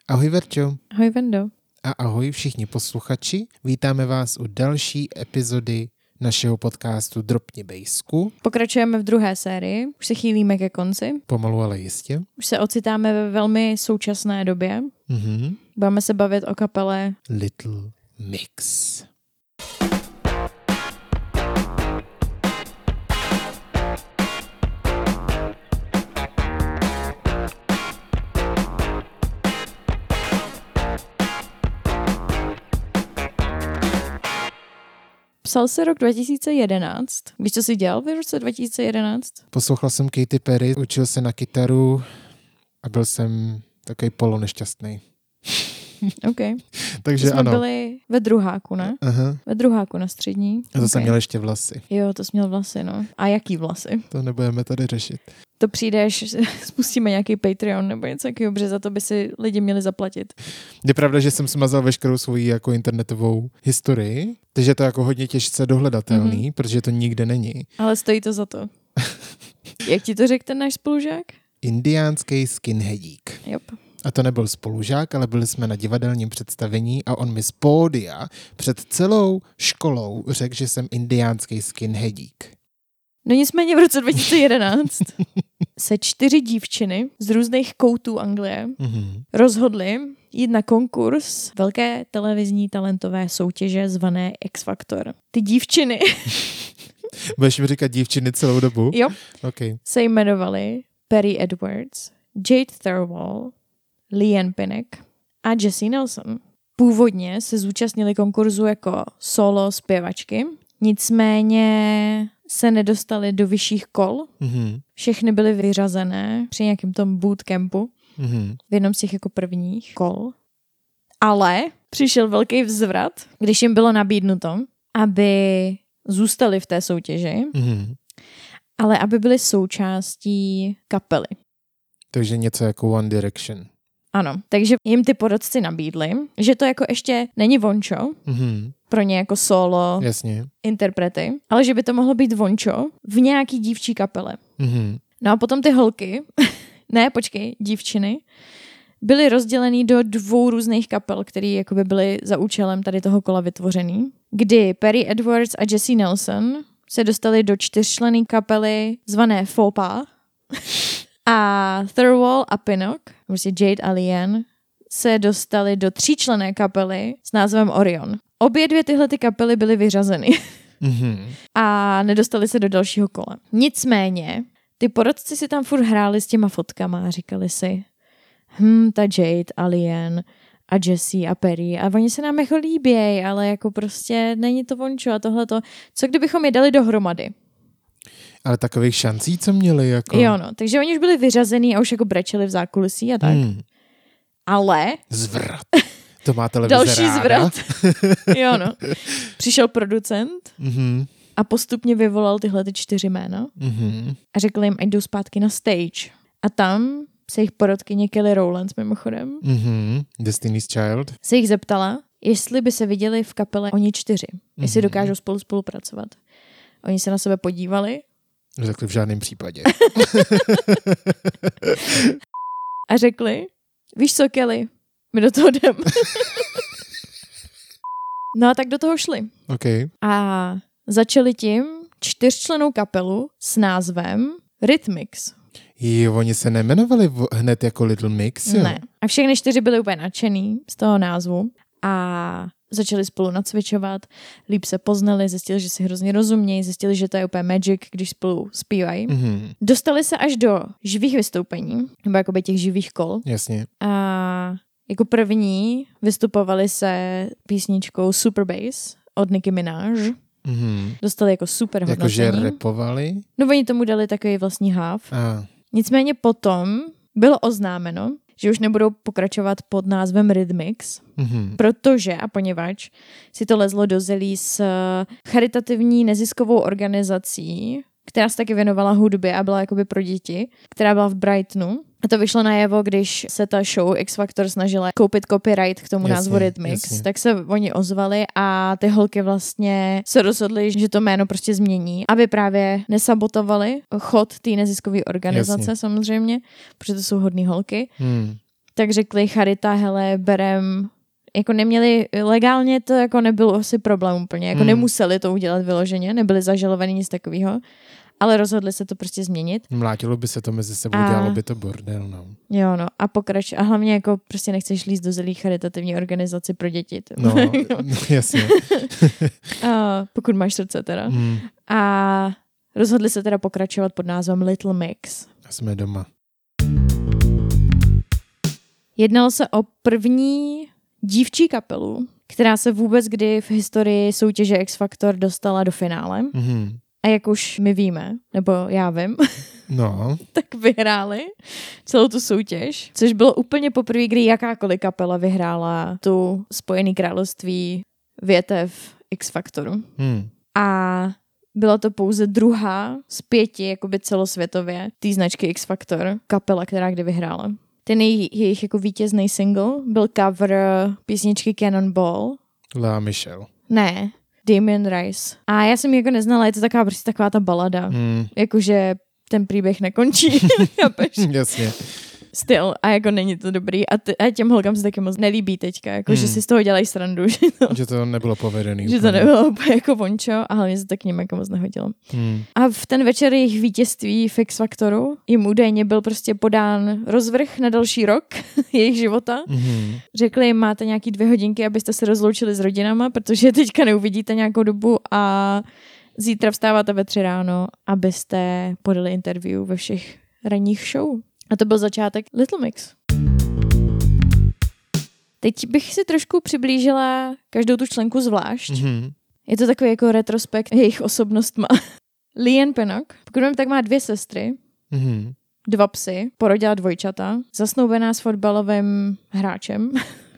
Ahoj Verčo. Ahoj Vendo. A ahoj všichni posluchači. Vítáme vás u další epizody našeho podcastu Dropni bejsku. Pokračujeme v druhé sérii, už se chýlíme ke konci. Pomalu, ale jistě. Už se ocitáme ve velmi současné době. Budeme se bavit o kapele Little Mix. Psal se rok 2011. Víš, co jsi dělal v roce 2011? Poslouchal jsem Katy Perry, učil se na kytaru a byl jsem takový polonešťastný. OK. Takže jsme ano. byli ve druháku, ne? Aha. Ve druháku na střední. A to jsem měl ještě vlasy. Jo, to jsi měl vlasy, no. A jaký vlasy? To nebudeme tady řešit. To přijdeš, spustíme nějaký Patreon nebo něco takového, protože za to by si lidi měli zaplatit. Je pravda, že jsem smazal veškerou svoji jako internetovou historii, takže je to jako hodně těžce dohledatelný, protože to nikde není. Ale stojí to za to. Jak ti to řekl ten náš spolužák? Indiánský skinheadík. Yep. A to nebyl spolužák, ale byli jsme na divadelním představení a on mi z pódia před celou školou řekl, že jsem indiánský skinheadík. No nicméně v roce 2011 se 4 dívčiny z různých koutů Anglie rozhodly jít na konkurs velké televizní talentové soutěže zvané X Factor. Ty dívčiny Budeš mi říkat dívčiny celou dobu? jo, Okay. se jmenovaly Perry Edwards, Jade Thirlwall, Leanne Pinnock a Jessie Nelson. Původně se zúčastnili konkurzu jako solo zpěvačky, nicméně se nedostali do vyšších kol. Všechny byly vyřazené při nějakém tom bootcampu v jednom z těch jako prvních kol. Ale přišel velký vzvrat, když jim bylo nabídnuto, aby zůstali v té soutěži, ale aby byli součástí kapely. Takže něco jako One Direction. Ano, takže jim ty porotci nabídli, že to jako ještě není vončo pro ně jako solo Jasně. interprety, ale že by to mohlo být vončo v nějaký dívčí kapele. No a potom ty holky, dívčiny, byly rozdělený do 2 různých kapel, které jakoby byly za účelem tady toho kola vytvořený, kdy Perry Edwards a Jessie Nelson se dostali do 4členné kapely zvané Faux Pas a Thirlwall a Pinnock, prostě Jade a Leanne, se dostali do 3členné kapely s názvem Orion. Obě 2 tyhle ty kapely byly vyřazeny a nedostali se do dalšího kola. Nicméně, ty porotci si tam furt hráli s těma fotkama a říkali si, ta Jade a Leanne a Jessie a Perry a oni se nám jako líběj, ale jako prostě není to vončo a tohleto. Co kdybychom je dali dohromady? Ale takových šancí, co měli jako... Jo no, takže oni už byli vyřazený a už jako brečeli v zákulisí a tak. Ale... Zvrat. To má televize další ráda. zvrat. Jo no. Přišel producent a postupně vyvolal tyhle ty 4 jména a řekl jim, ať jdou zpátky na stage. A tam se jich porodkyně Kelly Rowlands mimochodem Destiny's Child. se jich zeptala, jestli by se viděli v kapele oni 4. Jestli dokážou spolu spolupracovat. Oni se na sebe podívali. Řekli v žádném případě. A řekli, víš co, Kelly, my do toho jdeme. No a tak do toho šli. Okay. A začali tím 4člennou kapelu s názvem Rhythmix. Jo, oni se nejmenovali hned jako Little Mix, jo? Ne. A všechny 4 byly úplně nadšený z toho názvu a začali spolu nacvičovat, líp se poznali, zjistili, že si hrozně rozumějí, zjistili, že to je úplně magic, když spolu zpívají. Dostali se až do živých vystoupení, nebo jakoby těch živých kol. Jasně. A jako první vystupovali se písničkou Super Bass od Nicki Minaj. Dostali jako super hodnocení. Jakože rapovali? No oni tomu dali takový vlastní háv. Nicméně potom bylo oznámeno, že už nebudou pokračovat pod názvem Rhythmix, protože a poněvadž si to lezlo do zelí s charitativní neziskovou organizací, která se taky věnovala hudbě a byla jakoby pro děti, která byla v Brightonu. A to vyšlo najevo, když se ta show X Factor snažila koupit copyright k tomu názvu Rhythmix, tak se oni ozvali a ty holky vlastně se rozhodly, že to jméno prostě změní, aby právě nesabotovali chod té neziskové organizace samozřejmě, protože to jsou hodný holky. tak řekli Charita, hele, berem, jako neměli, legálně to jako nebylo asi problém úplně, jako nemuseli to udělat vyloženě, nebyli zažalovaní nic takového, ale rozhodli se to prostě změnit. Mlátilo by se to mezi sebou, dělalo by to bordel, no. Jo, no, a a hlavně jako prostě nechceš líst do zelí charitativní organizaci pro děti. No, jasně. Pokud máš srdce teda. A rozhodli se teda pokračovat pod názvem Little Mix. A jsme doma. Jednalo se o první dívčí kapelu, která se vůbec kdy v historii soutěže X Factor dostala do finále. A jak už my víme, nebo já vím, tak vyhráli celou tu soutěž, což bylo úplně poprvé, kdy jakákoliv kapela vyhrála tu Spojené království větev X Factoru. A byla to pouze druhá z 5 jakoby celosvětově té značky X Factor kapela, která kdy vyhrála. Ten jejich jako vítězný single byl cover písničky Cannonball. La Michelle. Ne, Damien Rice. A já jsem ji jako neznala, je to taková ta balada. Jakože ten příběh nekončí. Jasně. Styl a jako není to dobrý a těm holkám se taky moc nelíbí teďka, jako že si z toho dělají srandu. Že to nebylo povedený. Že to nebylo úplně jako vončo a hlavně se to k ním jako moc nehodilo. A v ten večer jejich vítězství v X Factoru jim údajně byl prostě podán rozvrh na další rok jejich života. Řekli jim, máte nějaký 2 hodinky, abyste se rozloučili s rodinama, protože teďka neuvidíte nějakou dobu a zítra vstáváte ve 3 ráno, abyste podali interview ve všech ranních show. A to byl začátek Little Mix. Teď bych si trošku přiblížila každou tu členku zvlášť. Je to takový jako retrospekt jejich osobnostma. Leanne Pinnock, pokud vím, tak má 2 sestry, 2 psy, porodila dvojčata, zasnoubená s fotbalovým hráčem.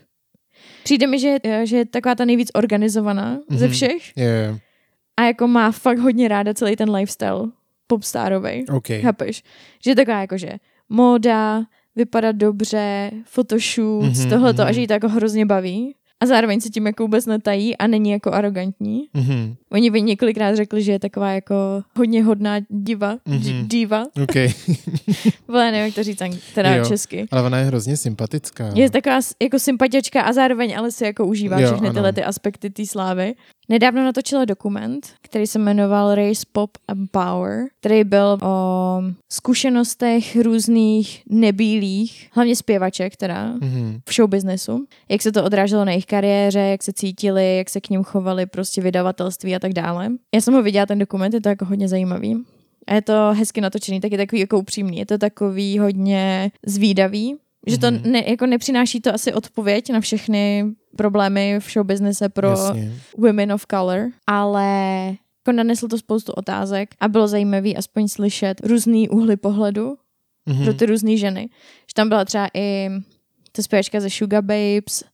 Přijde mi, že je taková ta nejvíc organizovaná ze všech. Yeah. A jako má fakt hodně ráda celý ten lifestyle popstárovej. Okay. Chápeš? Že je taková jako, že móda, vypadat dobře, photoshoots, tohleto, a že jí to jako hrozně baví. A zároveň se tím jako vůbec netají a není jako arrogantní. Oni by několikrát řekli, že je taková jako hodně hodná diva. Diva. Okay. Vole, nevím, jak to říct teda česky. Ale ona je hrozně sympatická. Je taková jako sympatiačka a zároveň ale si jako užívá všechny tyhle ty aspekty té slávy. Nedávno natočila dokument, který se jmenoval Race, Pop and Power, který byl o zkušenostech různých nebílých, hlavně zpěvaček teda, v showbiznesu. Jak se to odráželo na jejich kariéře, jak se cítili, jak se k nim chovali prostě vydavatelství a tak dále. Já jsem ho viděla, ten dokument, je to jako hodně zajímavý. A je to hezky natočený, tak je takový jako upřímný. Je to takový hodně zvídavý, že to jako nepřináší to asi odpověď na všechny problémy v showbiznise pro women of color, ale jako nanesl to spoustu otázek a bylo zajímavý aspoň slyšet různý úhly pohledu pro ty různý ženy. Že tam byla třeba i ta zpěvačka ze Sugar Babes,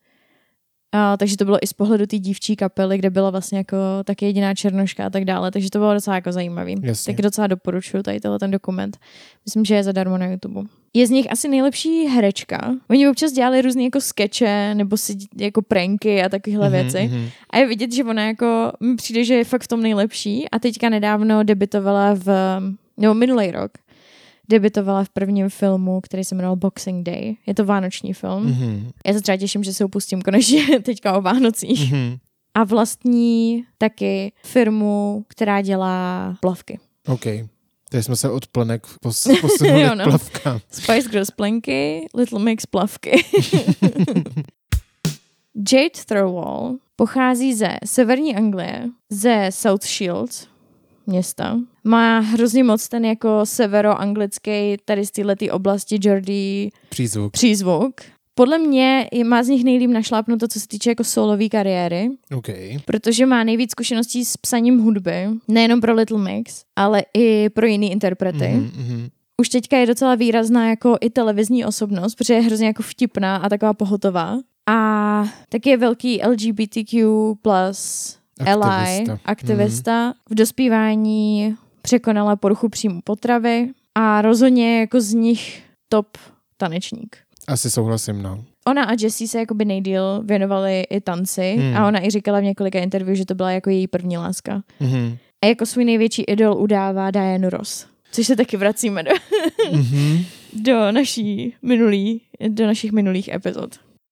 takže to bylo i z pohledu té dívčí kapely, kde byla vlastně jako taky jediná černoška a tak dále, takže to bylo docela jako zajímavý. Jasně. Tak docela doporučuji tady ten dokument. Myslím, že je zadarmo na YouTube. Je z nich asi nejlepší herečka. Oni občas dělali různý jako skeče nebo si jako pranky a takovéhle věci. A je vidět, že ona jako mi přijde, že je fakt v tom nejlepší a teďka nedávno debitovala minulý rok debitovala v prvním filmu, který se jmenoval Boxing Day. Je to vánoční film. Já se třeba těším, že se ho pustím konečně teďka o Vánocích. A vlastní taky firmu, která dělá plavky. OK. Teď jsme se od plenek posunuli k plavkám. Spice Girls plenky, Little Mix plavky. Jade Thirlwall pochází ze severní Anglie, ze South Shields města. Má hrozně moc ten jako severoanglický tady z této oblasti Geordie přízvuk. Podle mě má z nich nejlíp našlápnuto, co se týče jako solový kariéry. Okay. Protože má nejvíc zkušeností s psaním hudby, nejenom pro Little Mix, ale i pro jiný interprety. Už teďka je docela výrazná jako i televizní osobnost, protože je hrozně jako vtipná a taková pohotová. A taky je velký LGBTQ plus aktivista. V dospívání překonala poruchu příjmu potravy a rozhodně jako z nich top tanečník. Asi souhlasím, no. Ona a Jessie se jakoby nejdýl věnovali i tanci a ona i říkala v několika interview, že to byla jako její první láska. A jako svůj největší idol udává Dianu Ross, což se taky vracíme do do našich minulých epizod.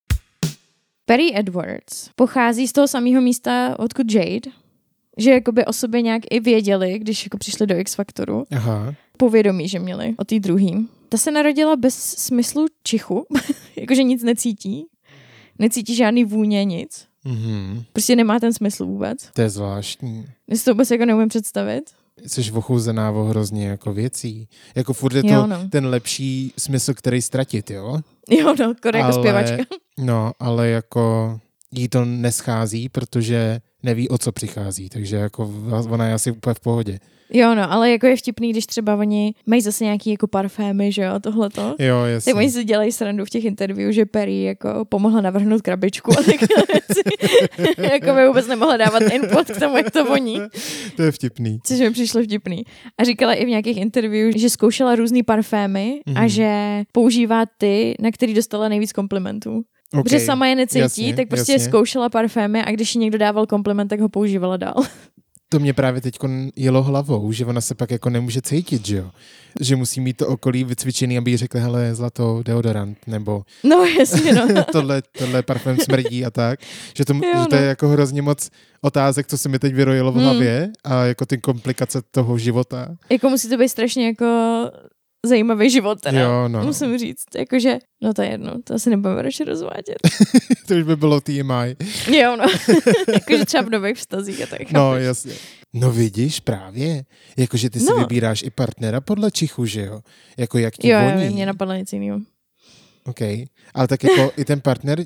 Perry Edwards pochází z toho samého místa, odkud Jade, že jakoby o sobě nějak i věděli, když jako přišli do X-Faktoru. Aha. Povědomí, že měli o té druhý. Ta se narodila bez smyslu čichu, jakože nic necítí. Necítí žádný vůně, nic. Mm-hmm. Prostě nemá ten smysl vůbec. To je zvláštní. Já si to vůbec jako neumím představit. Jsi ochuzená o hrozně jako věcí. Jako furt je to ten lepší smysl, který ztratit, jo? Jo, no, jako zpěvačka. No, ale jako jí to neschází, protože neví, o co přichází, takže jako ona je asi úplně v pohodě. Jo, no, ale jako je vtipný, když třeba oni mají zase nějaký jako parfémy, že jo, tohleto. Jo, jasně. Tak oni si dělají srandu v těch interview, že Perry jako pomohla navrhnout krabičku a takhle věci. Jako by vůbec nemohla dávat input k tomu, jak to voní. To je vtipný. Což mi přišlo vtipný. A říkala i v nějakých interview, že zkoušela různý parfémy a že používá ty, na který dostala nejvíc komplimentů. Okay. Protože sama je necítí, jasně, tak prostě zkoušela parfémy a když jí někdo dával kompliment, tak ho používala dál. To mě právě teď jelo hlavou, že ona se pak jako nemůže cítit, že jo? Že musí mít to okolí vycvičený, aby jí řekla, hele, zlato, deodorant, nebo no, jasně, no. tohle parfém smrdí a tak. Že to je jako hrozně moc otázek, co se mi teď vyrojilo v hlavě a jako ty komplikace toho života. Jako musí to být strašně jako zajímavý život, teda. Jo, no. Musím říct. Jakože, no to je jedno, to asi nebudeme radši rozvádět. To už by bylo TMI. Jo, no. Jakože třeba v nových vztazích a tak. No, jasně. No vidíš, právě. Jakože ty si vybíráš i partnera podle čichu, že jo? Jako jak ti voní. Jo, mě napadlo nic jiného. OK. Ale tak jako i ten partner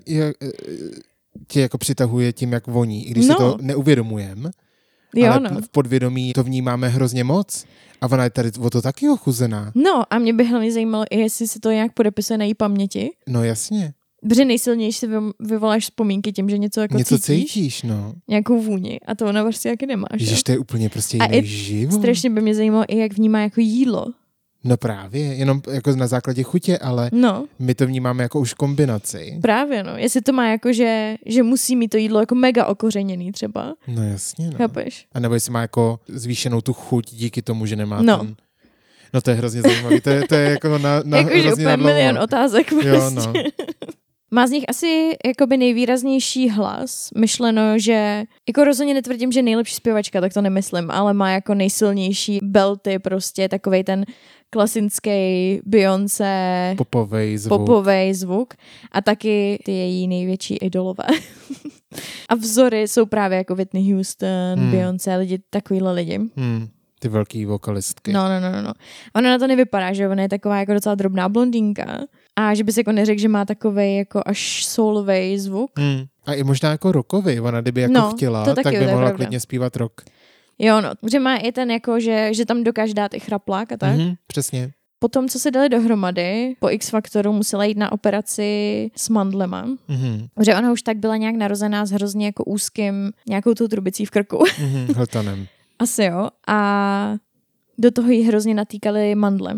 tě jako přitahuje tím, jak voní, i když si to neuvědomujeme. Jo, ale v podvědomí to vnímáme hrozně moc. A ona je tady o to taky ochuzená. No a mě by hlavně zajímalo, jestli se to nějak podepisuje na její paměti. No jasně. Protože nejsilněji si vyvoláš vzpomínky tím, že něco jako něco cítíš, no. Nějakou vůni. A to ona vlastně taky nemá. Ježiš, to je úplně prostě jiný život. Strašně by mě zajímalo i jak vnímá jako jídlo. No právě, jenom jako na základě chutě, ale my to vnímáme jako už kombinaci. Právě, no. Jestli to má jako, že musí mít to jídlo jako mega okořeněný třeba. No jasně, no. Chápeš? A nebo jestli má jako zvýšenou tu chuť díky tomu, že nemá ten... No to je hrozně zajímavý. To je jako na jako, že úplně milion otázek prostě. Jo, no. Má z nich asi jakoby nejvýraznější hlas. Myšleno, že jako rozhodně netvrdím, že nejlepší zpěvačka, tak to nemyslím, ale má jako nejsilnější belty prostě, takovej ten klasický Beyoncé popovej zvuk a taky ty její největší idolové. A vzory jsou právě jako Whitney Houston, Beyoncé, takovýhle lidi. Ty velký vokalistky. No. Ona na to nevypadá, že ona je taková jako docela drobná blondýnka a že bys jako neřekl, že má takovej jako až soulovej zvuk. A i možná jako rockový, ona kdyby jako chtěla, tak by mohla klidně zpívat rock. Jo, no, protože má i ten jako, že tam dokáže dát i chraplák a tak. Přesně. Potom, co se dali dohromady, po X-Faktoru musela jít na operaci s mandlema. Protože ona už tak byla nějak narozená s hrozně jako úzkým, nějakou tou trubicí v krku. Hltanem. Asi jo. A do toho jí hrozně natýkali mandle.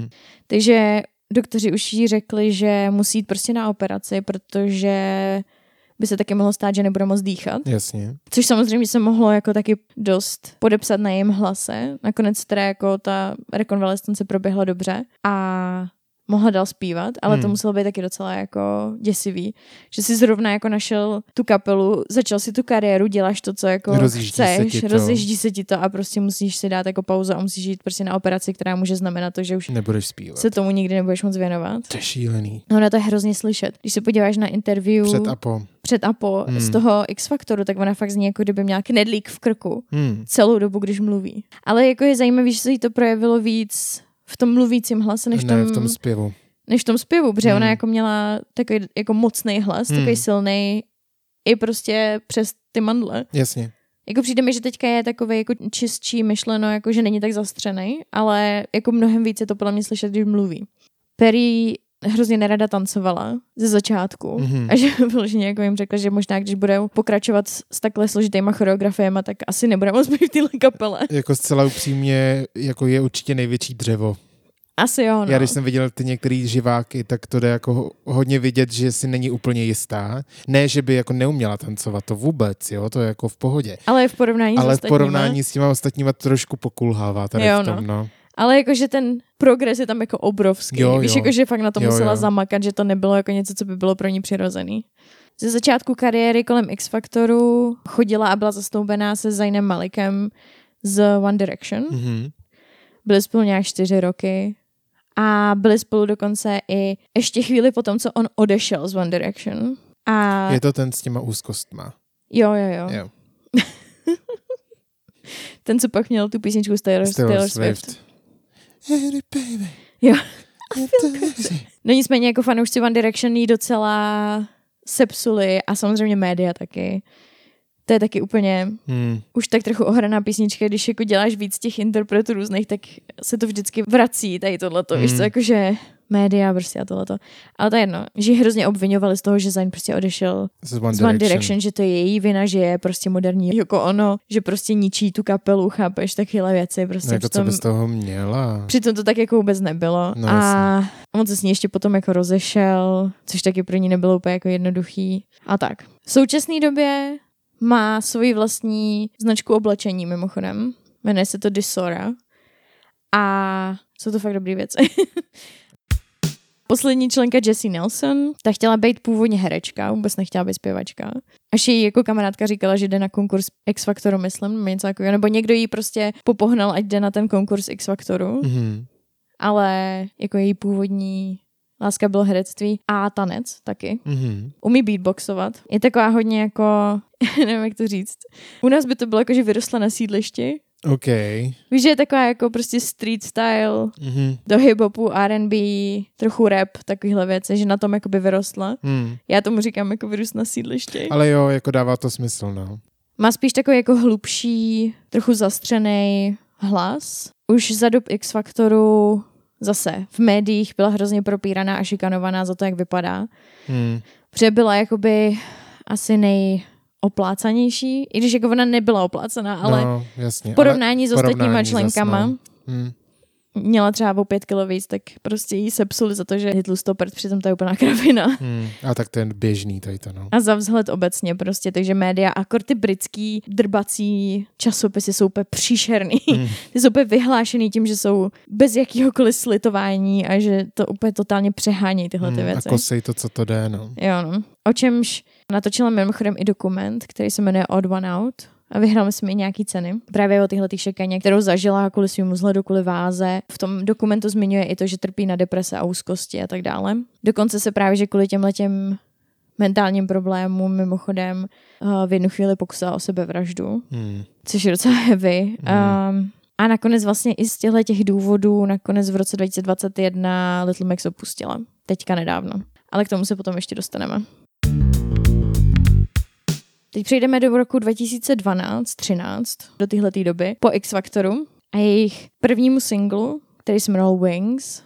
Takže doktoři už jí řekli, že musí jít prostě na operaci, protože by se taky mohlo stát, že nebude moc dýchat. Jasně. Což samozřejmě se mohlo jako taky dost podepsat na jejím hlase. Nakonec teda jako ta rekonvalescence proběhla dobře a mohla dál zpívat, ale to muselo být taky docela jako děsivý. Že si zrovna jako našel tu kapelu, začal si tu kariéru, děláš to, co jako chceš, rozjíždí se ti to a prostě musíš si dát jako pauzu a musíš jít prostě na operaci, která může znamenat to, že už nebudeš zpívat. Se tomu nikdy nebudeš moc věnovat. To je šílený. No, na to je hrozně slyšet. Když se podíváš na interview před a po z toho X-Faktoru, tak ona fakt zní jako kdyby měla knedlík v krku celou dobu, když mluví. Ale jako je zajímavý, že se jí to projevilo víc v tom mluvícím hlase, než v tom zpěvu. Než v tom zpěvu, protože ona jako měla takový jako mocný hlas, takový silný i prostě přes ty mandle. Jasně. Jako přijde mi, že teďka je takový jako čistší myšleno, jako že není tak zastřený, ale jako mnohem víc je to podle mě slyšet, když mluví. Perry hrozně nerada tancovala ze začátku a že vyloženě jako jim řekla, že možná když budou pokračovat s takhle složitýma choreografiemi, tak asi nebude moc být v téhle kapele. Jako zcela upřímně, jako je určitě největší dřevo. Asi jo, no. Já když jsem viděl ty některý živáky, tak to jde jako hodně vidět, že si není úplně jistá. Ne, že by jako neuměla tancovat, to vůbec, jo, to je jako v pohodě. Ale v porovnání s těma ostatníma trošku pokulhává tady v tom, no. Ale jakože ten progres je tam jako obrovský. Jo. Víš, jakože fakt na to musela jo. zamakat, že to nebylo jako něco, co by bylo pro ní přirozený. Ze začátku kariéry kolem X-Factoru chodila a byla zastoupená se Zainem Malikem z One Direction. Mm-hmm. Byli spolu nějak 4 roky a byli spolu dokonce i ještě chvíli potom, co on odešel z One Direction. A... Je to ten s těma úzkostma. Jo. Ten, co pak měl tu písničku z Taylor Swift. Hey, baby. Jo. No nicméně jako fanoušci One Direction jí docela sepsuli a samozřejmě média taky. To je taky úplně už tak trochu ohraná písnička, když jako děláš víc těch interpretů různých, tak se to vždycky vrací tady tohleto, víš co, jakože média prostě a tohleto. Ale to je jedno, že ji hrozně obviňovali z toho, že Zayn prostě odešel z One Direction, že to je její vina, že je prostě moderní jako ono, že prostě ničí tu kapelu, chápeš, takovéhle věci. Prostě no jako co by z toho měla? Přitom to tak jako vůbec nebylo. No, a on se s ní ještě potom jako rozešel, což taky pro ní nebylo úplně jako jednoduchý. A tak. V současné době má svoji vlastní značku oblečení mimochodem. Jmenuje se to Dissora. A jsou to fakt dobrý věci. Poslední členka Jessie Nelson, ta chtěla být původně herečka, vůbec nechtěla být zpěvačka. Až její jako kamarádka říkala, že jde na konkurs X Factoru, myslím, něco takového, nebo někdo jí prostě popohnal, ať jde na ten konkurs X Factoru. Mm-hmm. Ale jako její původní láska bylo herectví a tanec taky. Mm-hmm. Umí beatboxovat. Je taková hodně jako, nevím jak to říct. U nás by to bylo jako, že vyrostla na sídlišti. OK. Víš, že je taková jako prostě street style, do hip-hopu, R&B, trochu rap, takovýhle věci, že na tom jakoby vyrostla. Já tomu říkám jako vyrůst na sídlišti. Ale jo, jako dává to smysl, no. Má spíš takový jako hlubší, trochu zastřený hlas. Už za dob X Factoru zase v médiích byla hrozně propíraná a šikanovaná za to, jak vypadá. Protože byla jakoby asi oplácanější, i když jako ona nebyla oplácaná, ale no, jasně, v porovnání s ostatníma členkama měla třeba o 5 kilo víc, tak prostě jí sepsuli za to, že je tlustoprt, přitom to je úplná kravina. A tak to je běžný tady to, no. A za vzhled obecně prostě, takže média, akor ty britský drbací časopisy jsou úplně příšerný. Ty jsou úplně vyhlášený tím, že jsou bez jakýhokoliv slitování a že to úplně totálně přehání tyhle ty věci. A kosej to, co to jde, no. Jo, no. O čemž natočila mimochodem i dokument, který se jmenuje Odd One Out. A vyhrál jsme i nějaký ceny. Právě o tyhle šikaně, kterou zažila kvůli svým vzhledu, kvůli váze. V tom dokumentu zmiňuje i to, že trpí na deprese a úzkosti a tak dále. Dokonce se právě, že kvůli těmhletěm mentálním problémům mimochodem v jednu chvíli pokusila o sebevraždu. Což je docela heavy. A nakonec vlastně i z těch důvodů nakonec v roce 2021 Little Mix opustila. Teďka nedávno. Ale k tomu se potom ještě dostaneme. Teď přejdeme do roku 2012-13, do téhleté doby, po X Factoru a jejich prvnímu singlu, který se jmenoval Wings.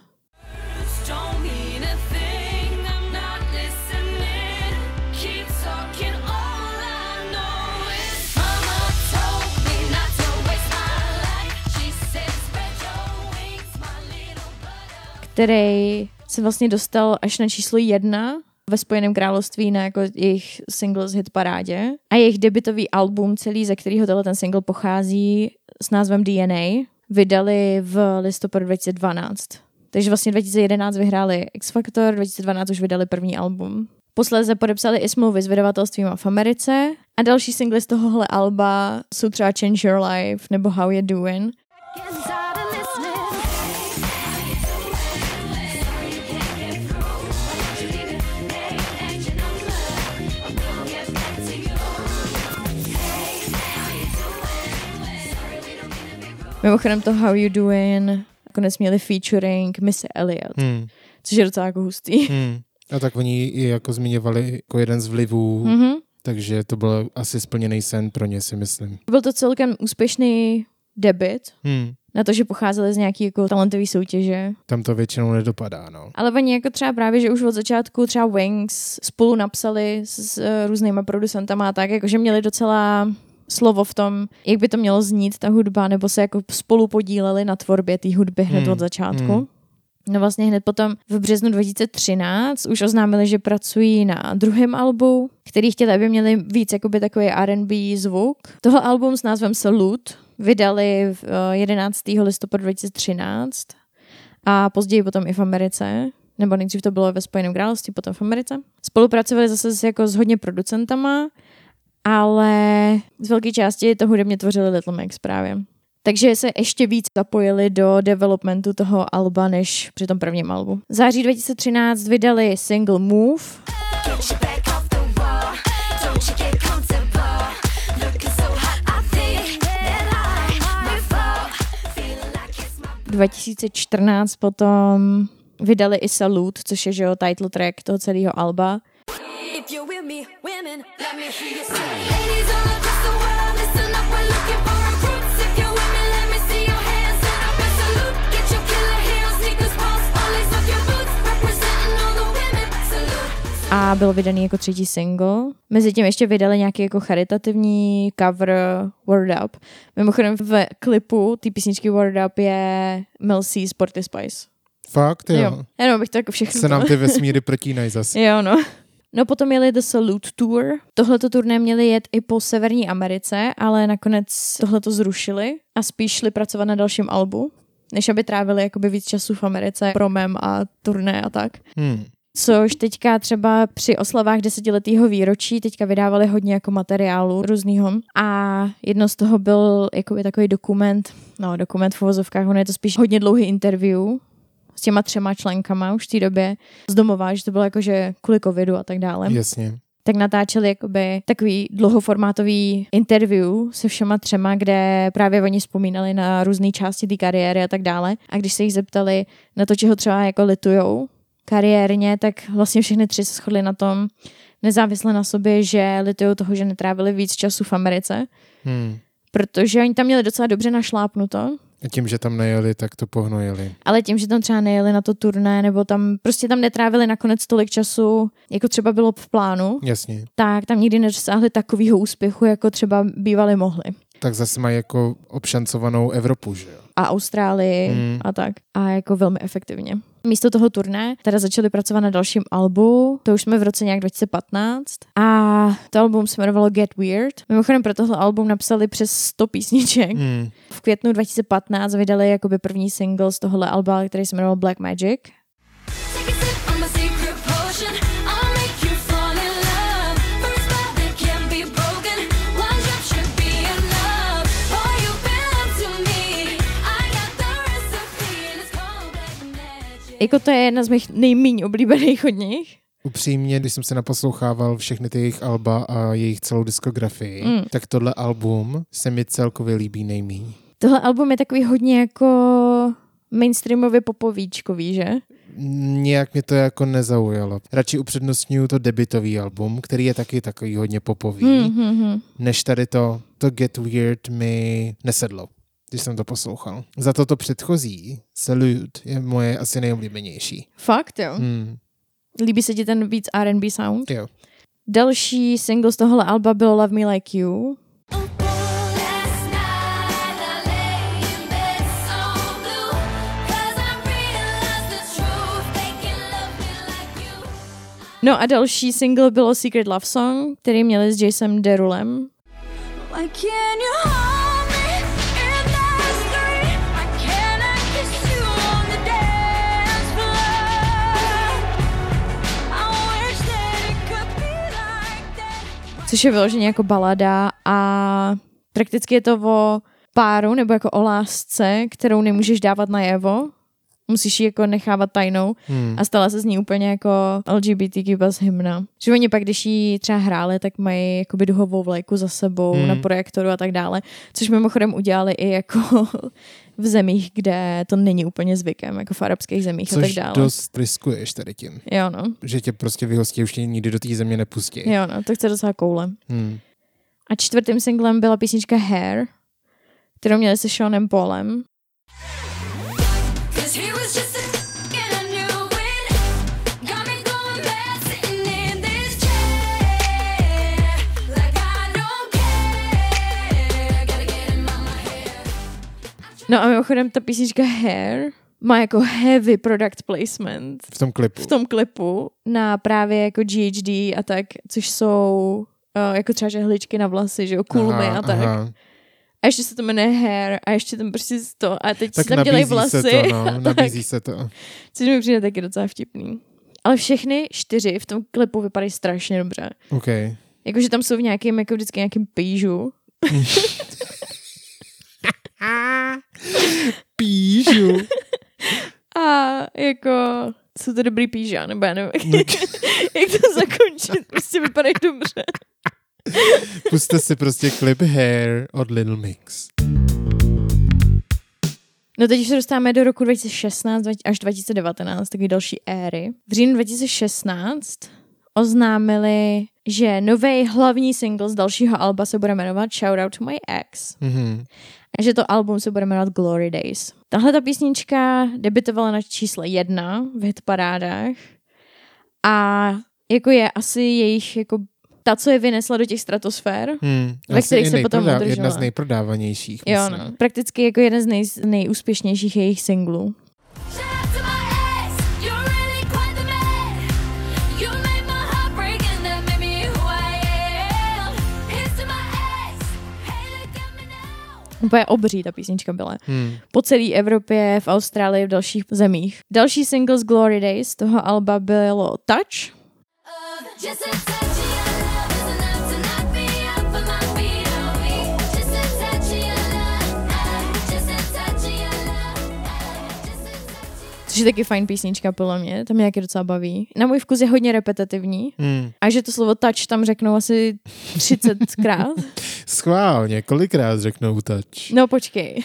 Který se vlastně dostal až na číslo 1 ve Spojeném království na jako jejich single z hitparádě. A jejich debutový album celý, ze kterého ten single pochází s názvem DNA, vydali v listopadu 2012. Takže vlastně 2011 vyhráli X Factor, 2012 už vydali první album. Posléze podepsali i smlouvy s vydavatelstvím v Americe a další singly z tohohle alba jsou třeba Change Your Life nebo How You Doing. Mimochodem to How You Doing nakonec měli featuring Missy Elliott, což je docela jako hustý. A tak oni ji jako zmiňovali jako jeden z vlivů, takže to byl asi splněný sen pro ně, si myslím. Byl to celkem úspěšný debut, na to, že pocházeli z nějaký jako talentové soutěže. Tam to většinou nedopadá, no. Ale oni jako třeba právě, že už od začátku třeba Wings spolu napsali s různýma producentama a tak, jakože měli docela slovo v tom, jak by to mělo znít ta hudba, nebo se jako spolu podíleli na tvorbě té hudby hned od začátku. No vlastně hned potom v březnu 2013 už oznámili, že pracují na druhém albu, který chtěli, aby měli víc jakoby takový R&B zvuk. Tohle album s názvem Salute vydali 11. listopadu 2013 a později potom i v Americe, nebo nejdřív to bylo ve Spojeném království, potom v Americe. Spolupracovali zase jako s hodně producentama, ale z velké části to hudebně tvořili Little Mix právě. Takže se ještě víc zapojili do developmentu toho alba, než při tom prvním albu. V září 2013 vydali single Move. 2014 potom vydali i Salute, což je že jo, title track toho celého alba. A byl vydaný jako třetí single. Mezitím ještě vydali nějaký jako charitativní cover Word Up. Mimochodem v klipu té písničky Word Up je Mel C. Sporty Spice. Fakt, jo. Jenom bych to jako všechno... Se nám ty vesmíry protínají zase. Jo, no. No potom jeli The Salute Tour. Tohleto turné měli jet i po Severní Americe, ale nakonec tohleto zrušili a spíš šli pracovat na dalším albu, než aby trávili jakoby víc času v Americe, promem a turné a tak. Což teďka třeba při oslavách 10letého výročí teďka vydávali hodně jako materiálu různýho a jedno z toho byl jakoby takový dokument v uvozovkách, ono je to spíš hodně dlouhý interview s těma 3 členkama už v té době z domova, že to bylo jakože kvůli covidu a tak dále. Jasně. Tak natáčeli jakoby takový dlouhoformátový interview se všema 3, kde právě oni vzpomínali na různé části té kariéry a tak dále. A když se jich zeptali na to, čeho třeba jako litujou kariérně, tak vlastně všechny 3 se shodli na tom, nezávisle na sobě, že litujou toho, že netrávili víc času v Americe. Protože oni tam měli docela dobře našlápnuto. A tím, že tam nejeli, tak to pohnojili. Ale tím, že tam třeba nejeli na to turné, nebo tam prostě tam netrávili nakonec tolik času, jako třeba bylo v plánu. Jasně. Tak tam nikdy nedosáhli takového úspěchu, jako třeba bývali mohli. Tak zase mají jako obšancovanou Evropu, že jo? A Austrálii a tak. A jako velmi efektivně. Místo toho turné teda začali pracovat na dalším albu, to už jsme v roce nějak 2015 a to album se jmenovalo Get Weird. Mimochodem pro tohle album napsali přes 100 písniček. V květnu 2015 vydali jakoby první single z tohohle alba, který se jmenoval Black Magic. Jako to je jedna z mých nejméně oblíbených od nich. Upřímně, když jsem se naposlouchával všechny ty jejich alba a jejich celou diskografii, tak tohle album se mi celkově líbí nejméně. Tohle album je takový hodně jako mainstreamově popovíčkový, že? Nějak mě to jako nezaujalo. Radši upřednostňuju to debutový album, který je taky takový hodně popový, než tady to Get Weird mi nesedlo, když jsem to poslouchal. Za to předchozí, Salute, je moje asi nejoblíbenější. Fakt, jo? Líbí se ti ten víc R&B sound? Jo. Další single z tohohle alba byl Love Me Like You. No a další single bylo Secret Love Song, který měli s Jasonem Derulem. Což je vyloženě jako balada a prakticky je to o páru nebo jako o lásce, kterou nemůžeš dávat najevo. Musíš ji jako nechávat tajnou a stala se z ní úplně jako LGBTQ plus hymna. Že oni pak, když ji třeba hráli, tak mají jakoby duhovou vlajku za sebou na projektoru a tak dále, což mimochodem udělali i jako v zemích, kde to není úplně zvykem, jako v arabských zemích a tak dále. Což dost riskuješ tady tím. Jo, no. Že tě prostě vyhostí, už tě nikdy do té země nepustí. Jo, no, to chce docela koule. A 4. singlem byla písnička Hair, kterou měli se Seanem Paulem. No a mimochodem ta písnička Hair má jako heavy product placement. V tom klipu na právě jako GHD a tak, což jsou jako třeba žehličky na vlasy, že jo, kulmy a tak. Aha. A ještě se to jmenuje Hair a ještě tam prostě to a teď tak si tam dělají vlasy. Se to, no, nabízí se to. Což mi přijde taky docela vtipný. Ale všechny 4 v tom klipu vypadají strašně dobře. Okay. Jakože tam jsou v nějakém, jako vždycky nějakým pýžu. Pížu. A jako jsou to dobrý píža, nebo já nevím, jak to zakončit. Prostě vypadají dobře. Puste si prostě klip Hair od Little Mix. No teď už se dostáváme do roku 2016 až 2019, takový další éry. V říjnu 2016 oznámili, že nový hlavní single z dalšího alba se bude jmenovat Shout Out to My Ex. Mm-hmm. A že to album se bude jmenovat Glory Days. Tahle ta písnička debitovala na čísle 1 v hitparádách a jako je asi jejich jako ta, co je vynesla do těch stratosfér, ve kterých se potom udržela. Jedna z nejprodávanějších. Jo, no. Prakticky jako jeden z nejúspěšnějších jejich singlů. Úplně obří ta písnička byla. Po celé Evropě, v Austrálii, v dalších zemích. Další single z Glory Days toho alba bylo Touch. Což je taky fajn písnička podle mě, to mě taky docela baví. Na můj vkus je hodně repetitivní a že to slovo touch tam řeknou asi 30krát. Schválně, kolikrát řeknou touch? No počkej.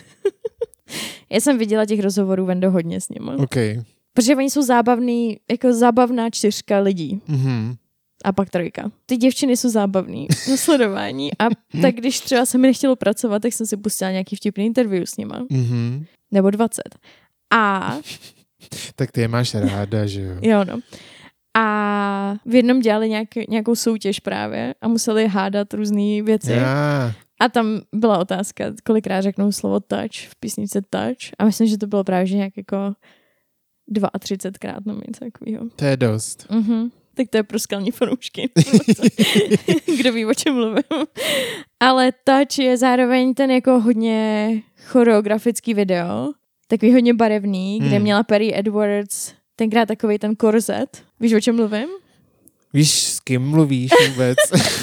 Já jsem viděla těch rozhovorů Vendo hodně s nimi. Okay. Protože oni jsou zábavný, jako zábavná 4 lidí. Mm-hmm. A pak 3. Ty děvčiny jsou zábavný na sledování a tak když třeba se mi nechtělo pracovat, tak jsem si pustila nějaký vtipný interview s nima. Mm-hmm. Nebo 20. A... tak ty je máš ráda, že jo? Jo, no. A v jednom dělali nějakou soutěž právě a museli hádat různé věci. Yeah. A tam byla otázka, kolikrát řeknou slovo touch v písničce Touch. A myslím, že to bylo právě že nějak jako 32krát nebo něco takového. To je dost. Mhm. Tak to je pro skalní fanoušky. Kdo ví, o čem mluvím. Ale Touch je zároveň ten jako hodně choreografický video. Takový hodně barevný, kde měla Perry Edwards tenkrát takovej ten korzet. Víš, o čem mluvím? Víš, s kým mluvíš vůbec?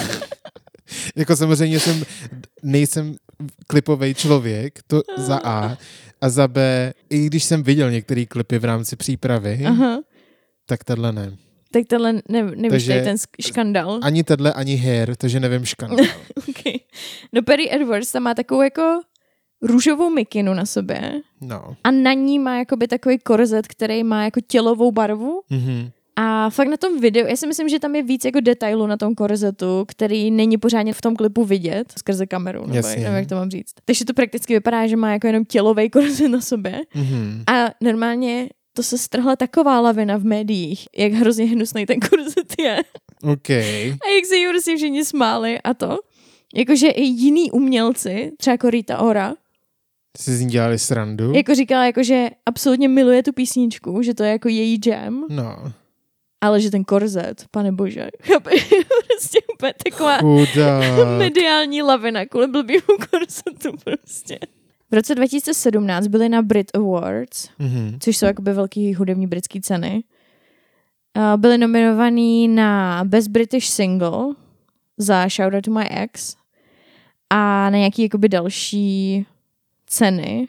Jako samozřejmě nejsem klipový člověk, to za A. A za B, i když jsem viděl některé klipy v rámci přípravy, tak tenhle ne. Tak tenhle nevíš, tady ten škandál. Ani tenhle, ani Hair, takže nevím škandál. Okay. No Perry Edwards tam má takovou jako růžovou mikinu na sobě. No. A na ní má jakoby takový korzet, který má jako tělovou barvu. Mm-hmm. A fakt na tom videu, já si myslím, že tam je víc jako detailů na tom korzetu, který není pořádně v tom klipu vidět skrze kameru, nebo nevím, jak to mám říct. Takže to prakticky vypadá, že má jako jenom tělovej korzet na sobě. Mm-hmm. A normálně to se strhla taková lavina v médiích, jak hrozně hnusný ten korzet je. Okay. A jak se jí prostě všichni smáli a to. Jakože i jiný umělci, třeba jako Rita Ora, si z ní dělali srandu. Jako říkala, jako, že absolutně miluje tu písničku, že to je jako její jam. No. Ale že ten korzet, pane bože, prostě úplně taková mediální lavina kvůli blbýmu korzetu prostě. V roce 2017 byly na Brit Awards, což jsou jakoby velký hudební britský ceny. Byly nominovaný na Best British Single za Shout Out to My Ex a na nějaký jakoby další ceny.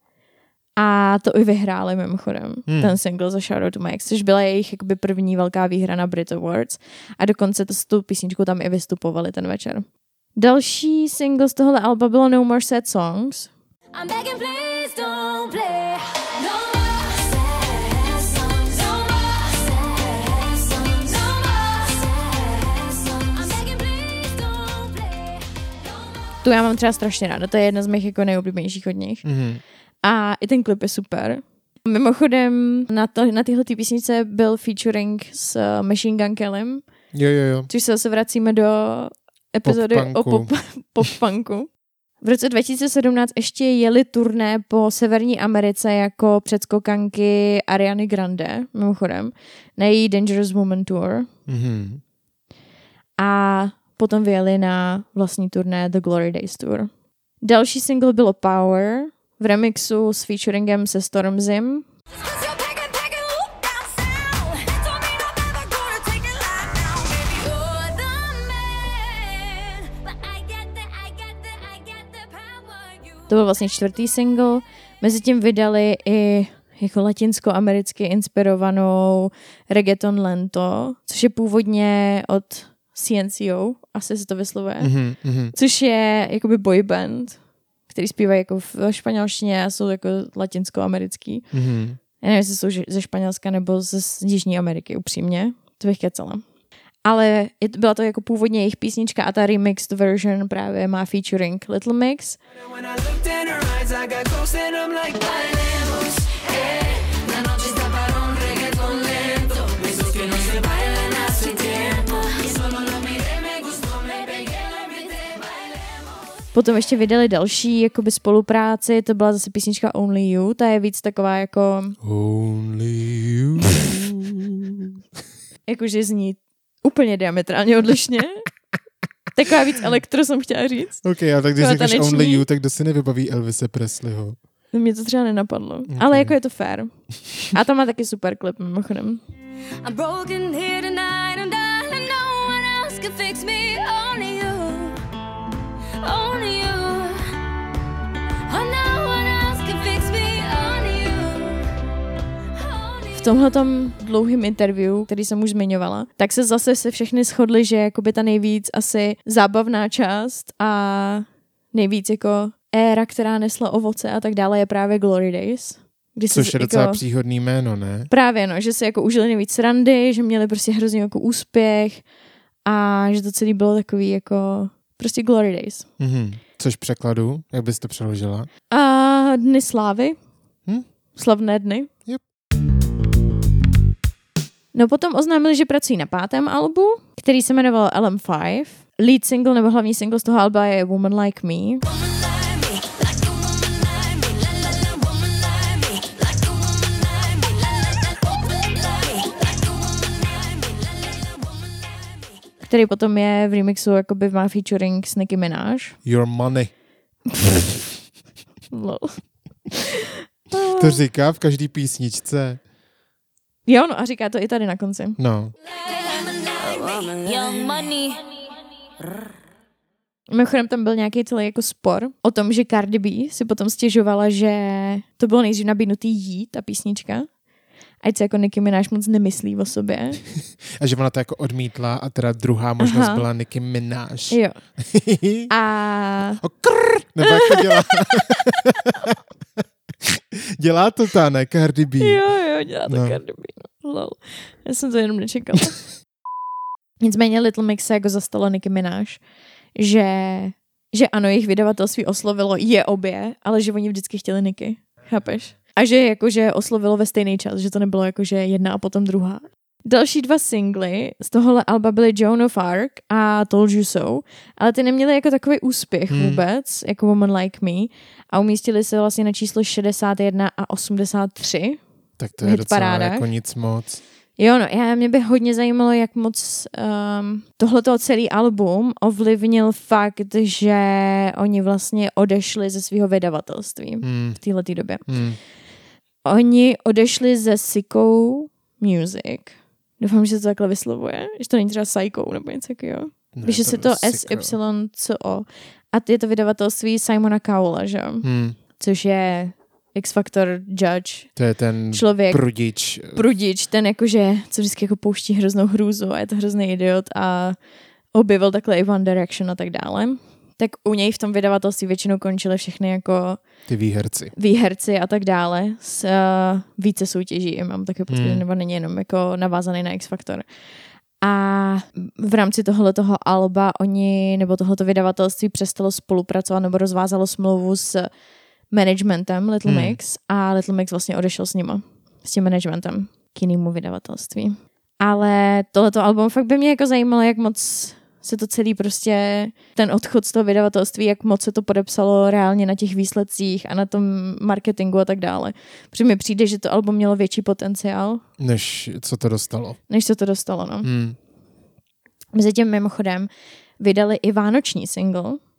A to i vyhráli mimochodem, ten single za Shout Out to My Ex, což byla jejich jakoby první velká výhra na Brit Awards. A dokonce s tou písničkou tam i vystupovali ten večer. Další single z tohohle alba bylo No More Sad Songs. I'm begging, please don't play. No more sad songs. No more sad songs. No more sad songs. I'm begging, please don't play. Tu já mám třeba strašně ráda, to je jedna z mých jako nejoblíbenějších od nich. Mm-hmm. A i ten klip je super. Mimochodem na téhle písničce byl featuring s Machine Gun Kellym. Jo. Což se zase vracíme do epizody o pop-punku. V roce 2017 ještě jeli turné po Severní Americe jako předskokanky Ariany Grande, mimochodem, na její Dangerous Woman Tour. Mm-hmm. A potom vyjeli na vlastní turné The Glory Days Tour. Další single bylo Power v remixu s featuringem se Stormzym. To byl vlastně 4. single. Mezitím vydali i jako latinskoamericky inspirovanou Reggaeton Lento, což je původně od CNCO, asi se to vyslovuje, což je jakoby boy band, který zpívají jako v španělštině a jsou jako latinskoamerický. Já nevím, jestli jsou ze Španělska nebo z Jižní Ameriky, upřímně. To bych kecala. Ale byla to jako původně jejich písnička a ta remixed version právě má featuring Little Mix. Potom ještě vydali další jakoby spolupráci, to byla zase písnička Only You, ta je víc taková jako... Only You. Jakože zní úplně diametrálně odlišně. Taková víc elektro jsem chtěla říct. Ok, a tak když řekneš Only You, tak kdo si nevybaví Elvise Presleyho? Mě to třeba nenapadlo, okay. Ale jako je to fair. A to má taky super klip, mimochodem. I'm broken here tonight and darling, no one else can fix me, only you. Only you. Oh, no one else can fix me, only you. V tomhletom dlouhým interview, který jsem už zmiňovala, tak se zase se všechny shodli, že jakoby ta nejvíc asi zábavná část a nejvíc jako éra, která nesla ovoce a tak dále, je právě Glory Days. Což je docela příhodný jméno, ne? Právě, no, že se jako užili nejvíc srandy, že měli prostě hrozně jako úspěch a že to celé bylo takový jako prostě Glory Days. Což v překladu, jak bys to přeložila? A Dny slávy. Slavné dny. Yep. No potom oznámili, že pracují na 5. albu, který se jmenoval LM5. Lead single nebo hlavní single z toho alba je Woman Like Me. Který potom je v remixu, jakoby má featuring s Nicki Minaj. Your Money. Lol. To říká v každý písničce. Jo, no a říká to i tady na konci. No. Mimochodem tam byl nějaký celý jako spor o tom, že Cardi B si potom stěžovala, že to bylo nejdřív nabídnutý jí, ta písnička. Ať se jako Nicki Minaj moc nemyslí o sobě. A že ona to jako odmítla a teda druhá možnost byla Nicki Minaj. Jo. A... Nebo jak to dělá? Dělá to ta, ne? Cardi B. Jo, dělá to Cardi B. No. Lol. Já jsem to jenom nečekala. Nicméně Little Mix se jako zastalo Nicki Minaj, že ano, jejich vydavatelství oslovilo je obě, ale že oni vždycky chtěli Nicki. Chápeš? A že jakože oslovilo ve stejný čas, že to nebylo jakože jedna a potom druhá. Další 2 singly z tohohle alba byly Joan of Arc a Told You So, ale ty neměly jako takový úspěch vůbec, jako Woman Like Me, a umístili se vlastně na číslo 61 a 83. Tak to je docela jako nic moc. Jo, no, mě by hodně zajímalo, jak moc tohleto celý album ovlivnil fakt, že oni vlastně odešli ze svého vydavatelství v této době. Oni odešli ze Sicko Music. Doufám, že se to takhle vyslovuje. Že to není třeba Psycho nebo něco takového. Píše se to SYCO. A je to vydavatelství Simona Cowella, že? Což je X-Factor Judge. To je ten člověk, prudič, ten jakože, co vždycky jako pouští hroznou hrůzu a je to hrozný idiot a objevil takhle i One Direction a tak dále. Tak u něj v tom vydavatelství většinou končily všechny jako ty výherci a tak dále s více soutěží. Mám taky pocit, nebo není jenom jako navázaný na X-Factor. A v rámci tohoto alba nebo tohoto vydavatelství přestalo spolupracovat nebo rozvázalo smlouvu s managementem Little Mix a Little Mix vlastně odešel s nima, s tím managementem k jinému vydavatelství. Ale tohleto album fakt by mě jako zajímalo, jak moc se to celý prostě, ten odchod z toho vydavatelství, jak moc se to podepsalo reálně na těch výsledcích a na tom marketingu a tak dále. Protože mi přijde, že to album mělo větší potenciál. Než co to dostalo, no. Mezi tím mimochodem vydali i vánoční single,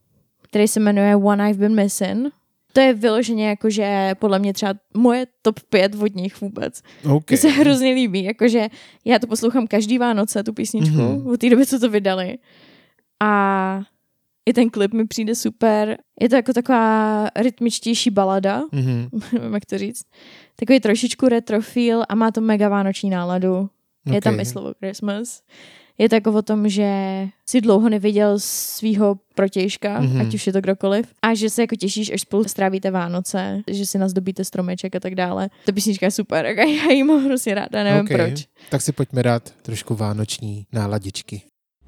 který se jmenuje One I've Been Missing. To je vyloženě jakože podle mě třeba moje top 5 od nich vůbec. Okay. Mně se hrozně líbí, jakože já to poslouchám každý Vánoce, tu písničku, od té doby, co to vydali. A i ten klip mi přijde super. Je to jako taková rytmičtější balada, nevím, jak to říct. Takový trošičku retro feel a má to mega vánoční náladu. Je tam i slovo Christmas. Je to jako o tom, že si dlouho neviděl svýho protějška, ať už je to kdokoliv, a že se jako těšíš, až spolu strávíte Vánoce, že si nazdobíte stromeček a tak dále. Ta písnička je super, já jí mám hrozně ráda, nevím proč. Tak si pojďme dát trošku vánoční náladičky.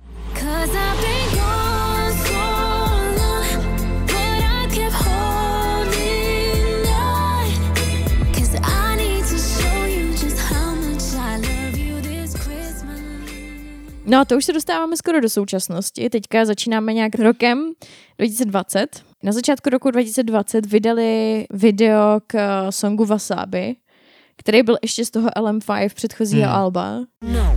No a to už se dostáváme skoro do současnosti. Teďka začínáme nějak rokem 2020. Na začátku roku 2020 vydali video k songu Wasabi, který byl ještě z toho LM5 předchozího alba. No.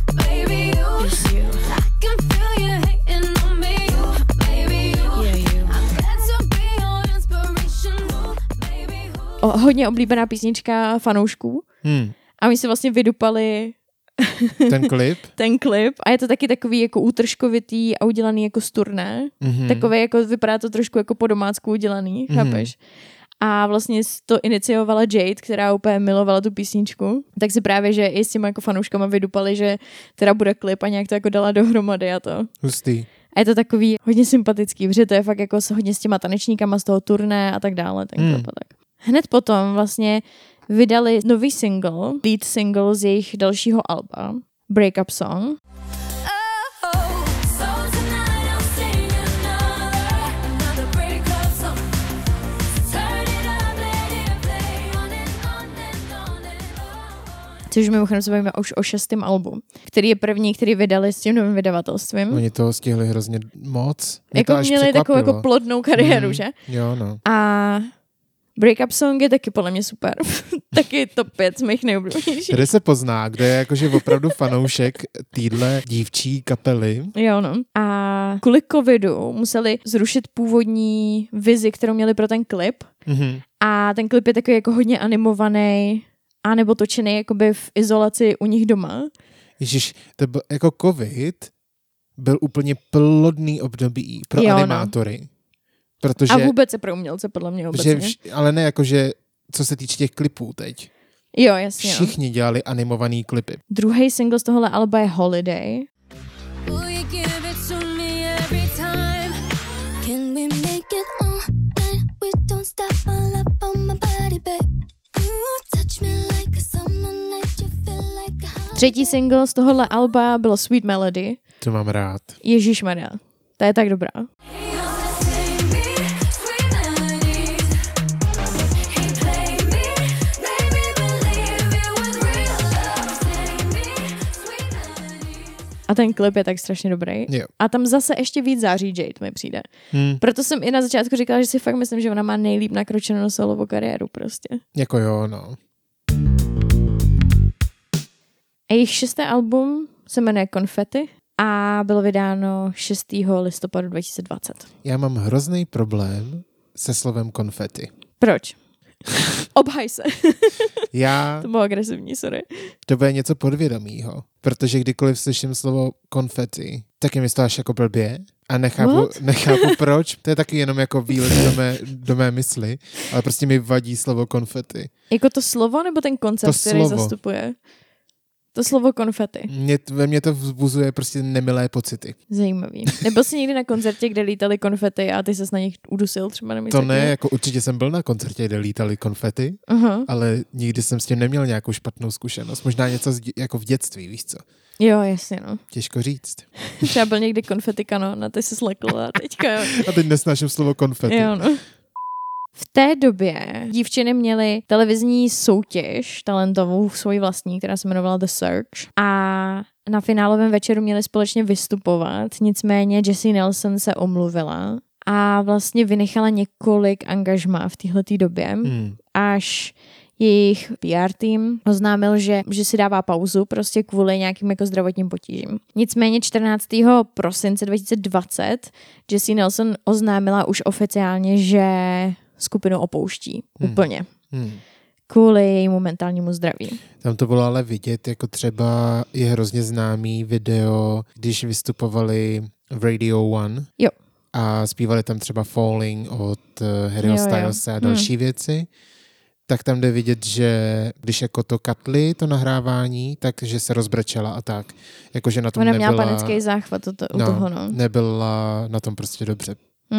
Hodně oblíbená písnička fanoušků. A my si vlastně vydupali ten klip. A je to taky takový jako útržkovitý a udělaný jako z turné. Takový jako vypadá to trošku jako po domácku udělaný, chápeš? A vlastně to iniciovala Jade, která úplně milovala tu písničku. Tak si právě, že i s těma jako fanouškama vydupali, že teda bude klip a nějak to jako dala dohromady a to. Hustý. A je to takový hodně sympatický, protože to je fakt jako hodně s těma tanečníkama z toho turné a tak dále. Ten klip a tak. Hned potom vlastně vydali nový single, lead single z jejich dalšího alba, Breakup Song. Což mimochodem se bavíme už o 6. albu, který je první, který vydali s tím novým vydavatelstvím. Oni toho stihli hrozně moc. Jako měli takovou jako plodnou kariéru, že? Jo, no. A Breakup Song je taky podle mě super. Taky top 5 z mých nejoblíbenějších. Tady se pozná, kdo je jakože opravdu fanoušek týhle dívčí kapely. Jo, no. A kvůli covidu museli zrušit původní vizi, kterou měli pro ten klip. A ten klip je takový jako hodně animovaný a nebo točený jakoby v izolaci u nich doma. Ježiš, to byl jako covid byl úplně plodný období pro animátory. No. Protože, a vůbec se pro umělce, podle mě obecně. Ale ne jakože, co se týče těch klipů teď. Jo, jasně. Všichni dělali animovaný klipy. Druhý single z tohohle alba je Holiday. Třetí single z tohohle alba bylo Sweet Melody. To mám rád. Ježišmarja, ta je tak dobrá. A ten klip je tak strašně dobrý. Jo. A tam zase ještě víc září Jade, mi přijde. Proto jsem i na začátku říkala, že si fakt myslím, že ona má nejlíp nakročenou solovou kariéru prostě. Jako jo, no. A jejich 6. album se jmenuje Confetti a bylo vydáno 6. listopadu 2020. Já mám hrozný problém se slovem konfety. Proč? Obhaj se. To bylo agresivní, sorry. To bude něco podvědomího, protože kdykoliv slyším slovo konfety, tak je mi to až jako blbě a nechápu proč. To je taky jenom jako výlet do mé mysli, ale prostě mi vadí slovo konfety. Jako to slovo nebo ten koncept, který zastupuje? To slovo konfety. Ve mně to vzbuzuje prostě nemilé pocity. Zajímavý. Nebyl jsi někdy na koncertě, kde lítali konfety a ty ses na nich udusil třeba? To ne, jako určitě jsem byl na koncertě, kde lítali konfety, ale nikdy jsem s tím neměl nějakou špatnou zkušenost. Možná něco jako v dětství, víš co? Jo, jasně, no. Těžko říct. Třeba byl někdy konfety kanon a ty se slekl a teďka jo. A teď nesnáším slovo konfety. Jo, no. V té době dívčiny měly televizní soutěž talentovou svoji vlastní, která se jmenovala The Search. A na finálovém večeru měly společně vystupovat, nicméně Jessie Nelson se omluvila a vlastně vynechala několik angažmá v téhletý době, až jejich PR tým oznámil, že si dává pauzu prostě kvůli nějakým jako zdravotním potížím. Nicméně 14. prosince 2020 Jessie Nelson oznámila už oficiálně, že skupinu opouští úplně. Kvůli jejímu mentálnímu zdraví. Tam to bylo ale vidět, jako třeba je hrozně známý video, když vystupovali v Radio One. Jo. A zpívali tam třeba Falling od Harryho Stylese a další věci, tak tam jde vidět, že když jako to katli, to nahrávání, takže se rozbrečela a tak. Jakože na tom Ona nebyla... měla panický záchvat u toho, no. Nebyla na tom prostě dobře.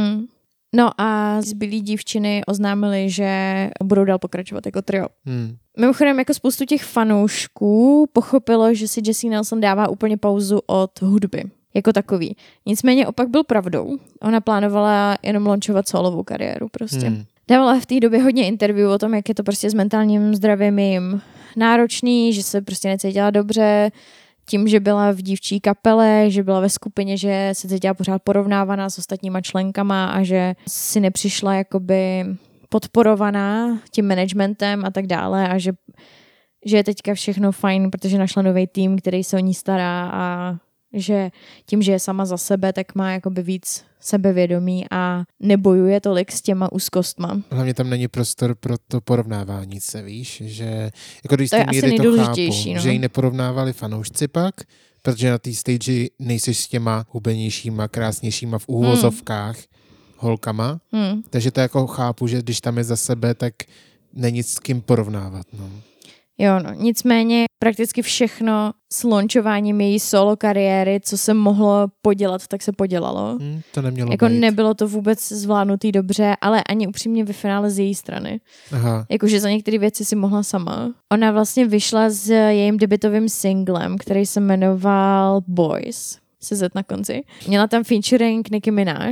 No a zbylí dívčiny oznámili, že budou dál pokračovat jako trio. Mimochodem, jako spoustu těch fanoušků pochopilo, že si Jessie Nelson dává úplně pauzu od hudby. Jako takový. Nicméně opak byl pravdou. Ona plánovala jenom launchovat solovou kariéru prostě. Dávala v té době hodně interview o tom, jak je to prostě s mentálním zdravím jim náročný, že se prostě necítila dobře, tím, že byla v dívčí kapele, že byla ve skupině, že se cítila pořád porovnávaná s ostatníma členkama a že si nepřišla jakoby podporovaná tím managementem a tak dále a že je teďka všechno fajn, protože našla nový tým, který se o ní stará a že tím, že je sama za sebe, tak má jakoby víc sebevědomí a nebojuje tolik s těma úzkostma. Hlavně tam není prostor pro to porovnávání se, víš, že jako když to je asi nejdůležitější, chápu, že ji neporovnávali fanoušci pak, protože na té stage nejseš s těma hubenějšíma, krásnějšíma v úvozovkách holkama, takže to jako chápu, že když tam je za sebe, tak není s kým porovnávat, no. Jo, no, nicméně prakticky všechno s launchováním její solo kariéry, co se mohlo podělat, tak se podělalo. To nemělo jako být. Nebylo to vůbec zvládnutý dobře, ale ani upřímně ve finále z její strany. Aha. Jakože za některé věci si mohla sama. Ona vlastně vyšla s jejím debutovým singlem, který se jmenoval Boys, se Z na konci. Měla tam featuring Nicki Minaj.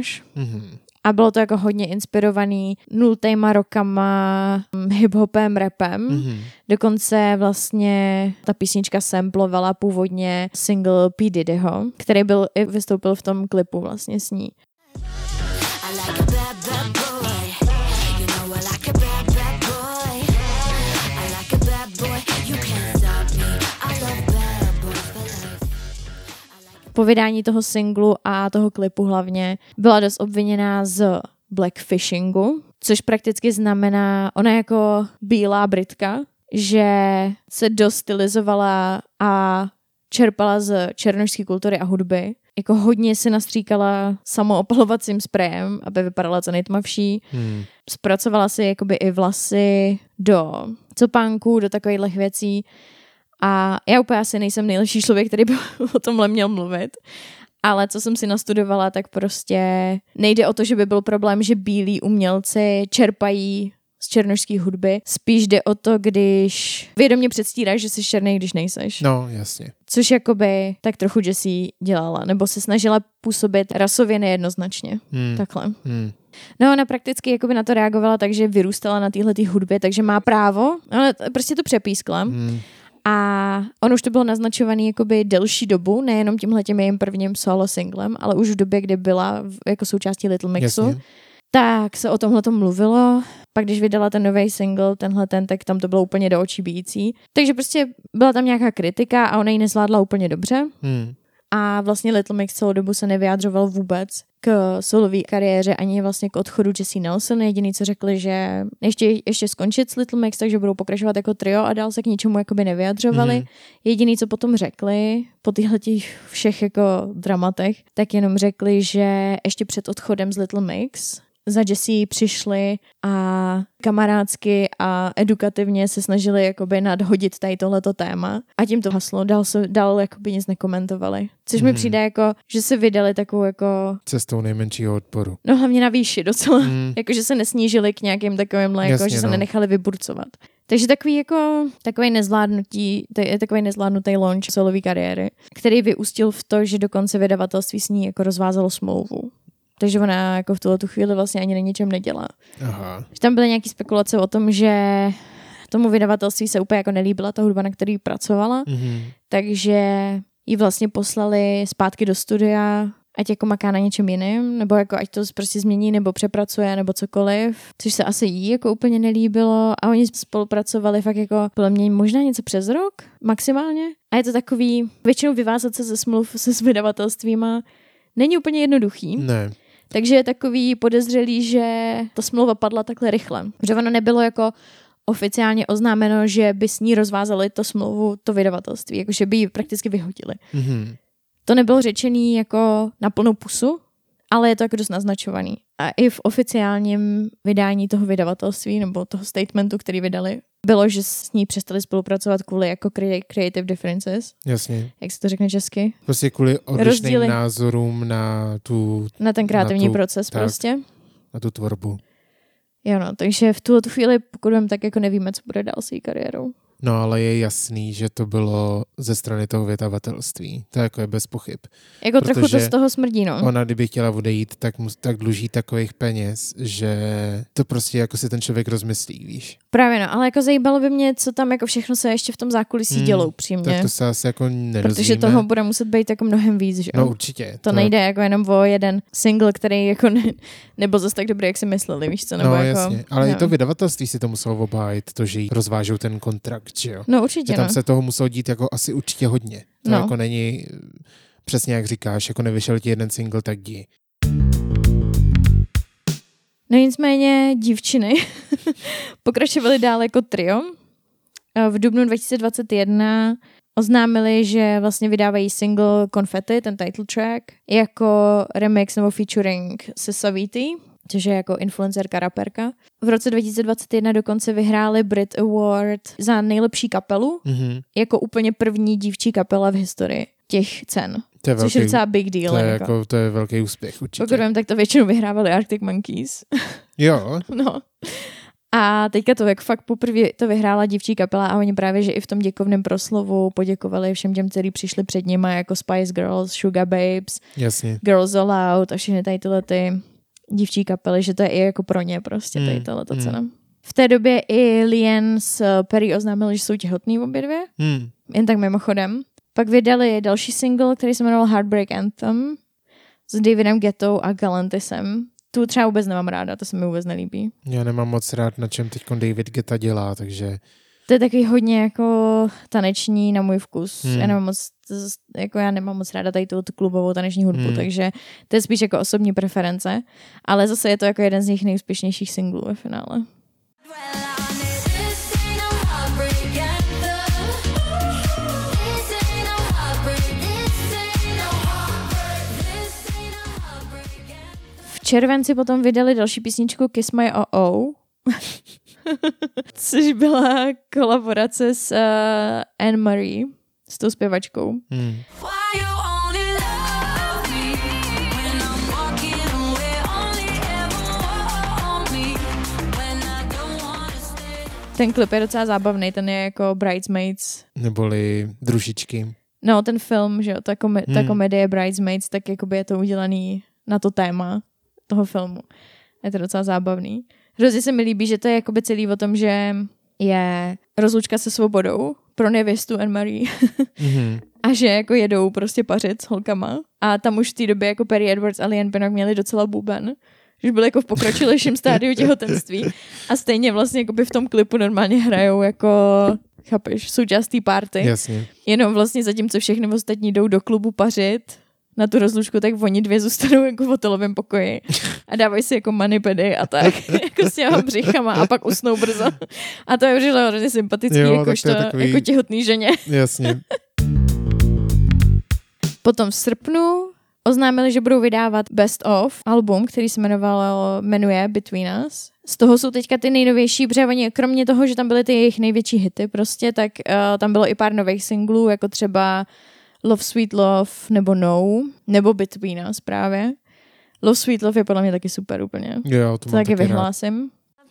A bylo to jako hodně inspirovaný 0. rokama, hip-hopem, rapem. Dokonce vlastně ta písnička samplovala původně single P. Diddyho, který vystoupil v tom klipu vlastně s ní. Po vydání toho singlu a toho klipu hlavně byla dost obviněná z blackfishingu, což prakticky znamená, ona jako bílá Britka, že se dost stylizovala a čerpala z černošské kultury a hudby. Jako hodně si nastříkala samoopalovacím sprejem, aby vypadala co nejtmavší. Zpracovala si jakoby i vlasy do copánků, do takových věcí. A já úplně asi nejsem nejlepší člověk, který by o tomhle měl mluvit. Ale co jsem si nastudovala, tak prostě nejde o to, že by byl problém, že bílí umělci čerpají z černošské hudby. Spíš jde o to, když vědomě předstíráš, že jsi černý, když nejseš. No, jasně. Což jakoby tak trochu Jessie dělala. Nebo se snažila působit rasově nejednoznačně. Takhle. No, ona prakticky jakoby na to reagovala tak, že vyrůstala na téhletý hudbě, takže má právo, ale prostě to přepískla. A on už to bylo naznačovaný jakoby delší dobu, nejenom tímhletím jejím prvním solo singlem, ale už v době, kdy byla jako součástí Little Mixu. Jasně. Tak se o tomhle mluvilo. Pak když vydala ten nový single, tak tam to bylo úplně do očí bijící. Takže prostě byla tam nějaká kritika a ona ji nezvládla úplně dobře. A vlastně Little Mix celou dobu se nevyjádřoval vůbec k solové kariéře ani vlastně k odchodu Jessie Nelson. Jediný, co řekli, že ještě skončit s Little Mix, takže budou pokračovat jako trio a dál se k ničemu jakoby nevyjadřovali. Jediný, co potom řekli po těchhletích všech jako dramatech, tak jenom řekli, že ještě před odchodem z Little Mix za Jessie přišli a kamarádsky a edukativně se snažili jakoby nadhodit tady tohleto téma a tím to haslo, dál jakoby nic nekomentovali. Což mi přijde jako, že se vydali takovou jako... cestou nejmenšího odporu. No hlavně na výši docela. Jako, že se nesnížili k nějakým takovýmhle, jako, jasně, že se nenechali vyburcovat. Takže takový nezvládnutý launch solové kariéry, který vyústil v to, že dokonce vydavatelství s ní jako rozvázalo smlouvu. Takže ona jako v tu chvíli vlastně ani na ničem nedělá. Aha. Tam byly nějaké spekulace o tom, že tomu vydavatelství se úplně jako nelíbila ta hudba, na který pracovala, takže ji vlastně poslali zpátky do studia ať jako maká na něčem jiným, nebo jako ať to prostě změní, nebo přepracuje, nebo cokoliv, což se asi jí jako úplně nelíbilo a oni spolupracovali fakt jako podle mě možná něco přes rok, maximálně. A je to takový, většinou vyvázat se ze smluv se vydavatelstvím není úplně jednoduchý. Ne. Takže je takový podezřelý, že ta smlouva padla takhle rychle. Že ono nebylo jako oficiálně oznámeno, že by s ní rozvázali to smlouvu, to vydavatelství, jakože by ji prakticky vyhodili. Mm-hmm. To nebylo řečený jako na plnou pusu, ale je to jako dost naznačovaný. A i v oficiálním vydání toho vydavatelství nebo toho statementu, který vydali, bylo, že s ní přestali spolupracovat kvůli jako creative differences. Jasně. Jak se to řekne česky? Prostě kvůli odlišným názorům na ten kreativní proces tak, prostě. Na tu tvorbu. Jo no, takže v tuhle chvíli, pokud vím, tak jako nevíme, co bude dál s její kariérou. No ale je jasný, že to bylo ze strany toho vydavatelství. To jako je bez pochyb. Jako trochu to z toho smrdí, no. Ona, kdyby chtěla odejít, tak dluží takových peněz, že to prostě jako si ten člověk rozmyslí, víš. Právě no, ale jako zajímalo by mě, co tam jako všechno se ještě v tom zákulisí dělo upřímně. Tak to se asi jako nerozvíme. Protože toho bude muset být jako mnohem víc, že? No určitě. To nejde jako jenom o jeden single, který jako nebyl zase tak dobrý, jak si mysleli, víš co? Nebo no jako, jasně, ale i to vydavatelství si to muselo obhájit, to, že jí rozvážou ten kontrakt, že jo? No určitě, že tam se toho muselo dít jako asi určitě hodně. To jako není, přesně jak říkáš, jako nevyšel ti jeden single, tak jdi. No nicméně dívčiny pokračovaly dál jako trio. V dubnu 2021 oznámili, že vlastně vydávají single Confetti, ten title track, jako remix nebo featuring se Saweetie, což je jako influencerka, raperka. V roce 2021 dokonce vyhráli Brit Award za nejlepší kapelu, jako úplně první dívčí kapela v historii těch cen. Což je docela big deal. To je velký úspěch určitě. Pokud vím, tak to většinou vyhrávali Arctic Monkeys. Jo. No. A teďka to jak fakt poprvé to vyhrála dívčí kapela a oni právě, že i v tom děkovném proslovu poděkovali všem těm, kteří přišli před nima, jako Spice Girls, Sugar Babes, jasně. Girls All Out a všechny tady tyhle ty dívčí kapely, že to je i jako pro ně prostě tady tato cena. V té době i Lian s Perry oznámili, že jsou těhotný obě dvě. Jen tak mimochodem. Pak vydali další single, který se jmenoval Heartbreak Anthem s Davidem Guettou a Galantisem. Tu třeba vůbec nemám ráda, to se mi vůbec nelíbí. Já nemám moc rád, na čem teď David Guetta dělá, takže... To je takový hodně jako taneční na můj vkus. Já nemám moc ráda tady tu klubovou taneční hudbu, takže to je spíš jako osobní preference, ale zase je to jako jeden z nich nejúspěšnějších singlů ve finále. V červenci potom vydali další písničku Kiss My Oh, což byla kolaborace s Anne Marie, s tou zpěvačkou. Ten klip je docela zábavný, ten je jako Bridesmaids. Neboli Družičky. No, ten film, že jo, ta komedie Bridesmaids, tak jakoby je to udělaný na to téma toho filmu. Je to docela zábavný. Hrozně se mi líbí, že to je jakoby celý o tom, že je rozlučka se svobodou pro nevěstu Anne Marie. A že jako jedou prostě pařit s holkama. A tam už v té době jako Perry Edwards a Lian Pinnock měli docela buben. Že byli jako v pokročilejším stádiu těhotenství. A stejně vlastně jakoby v tom klipu normálně hrajou jako, chápeš, součástí party. Jasně. Jenom vlastně zatímco všechny ostatní jdou do klubu pařit na tu rozlučku, tak oni dvě zůstanou jako v hotelovém pokoji a dávají si jako manipedy a tak, jako s těma břichama a pak usnou brzo. A to je už hrozně sympatický, jako těhotný ženě. Jasně. Potom v srpnu oznámili, že budou vydávat Best of album, který se jmenuje Between Us. Z toho jsou teďka ty nejnovější, protože oni kromě toho, že tam byly ty jejich největší hity prostě, tak tam bylo i pár nových singlů, jako třeba Love Sweet Love nebo No, nebo Between Us právě. Love Sweet Love je podle mě taky super úplně. Jo, to taky vyhlásím.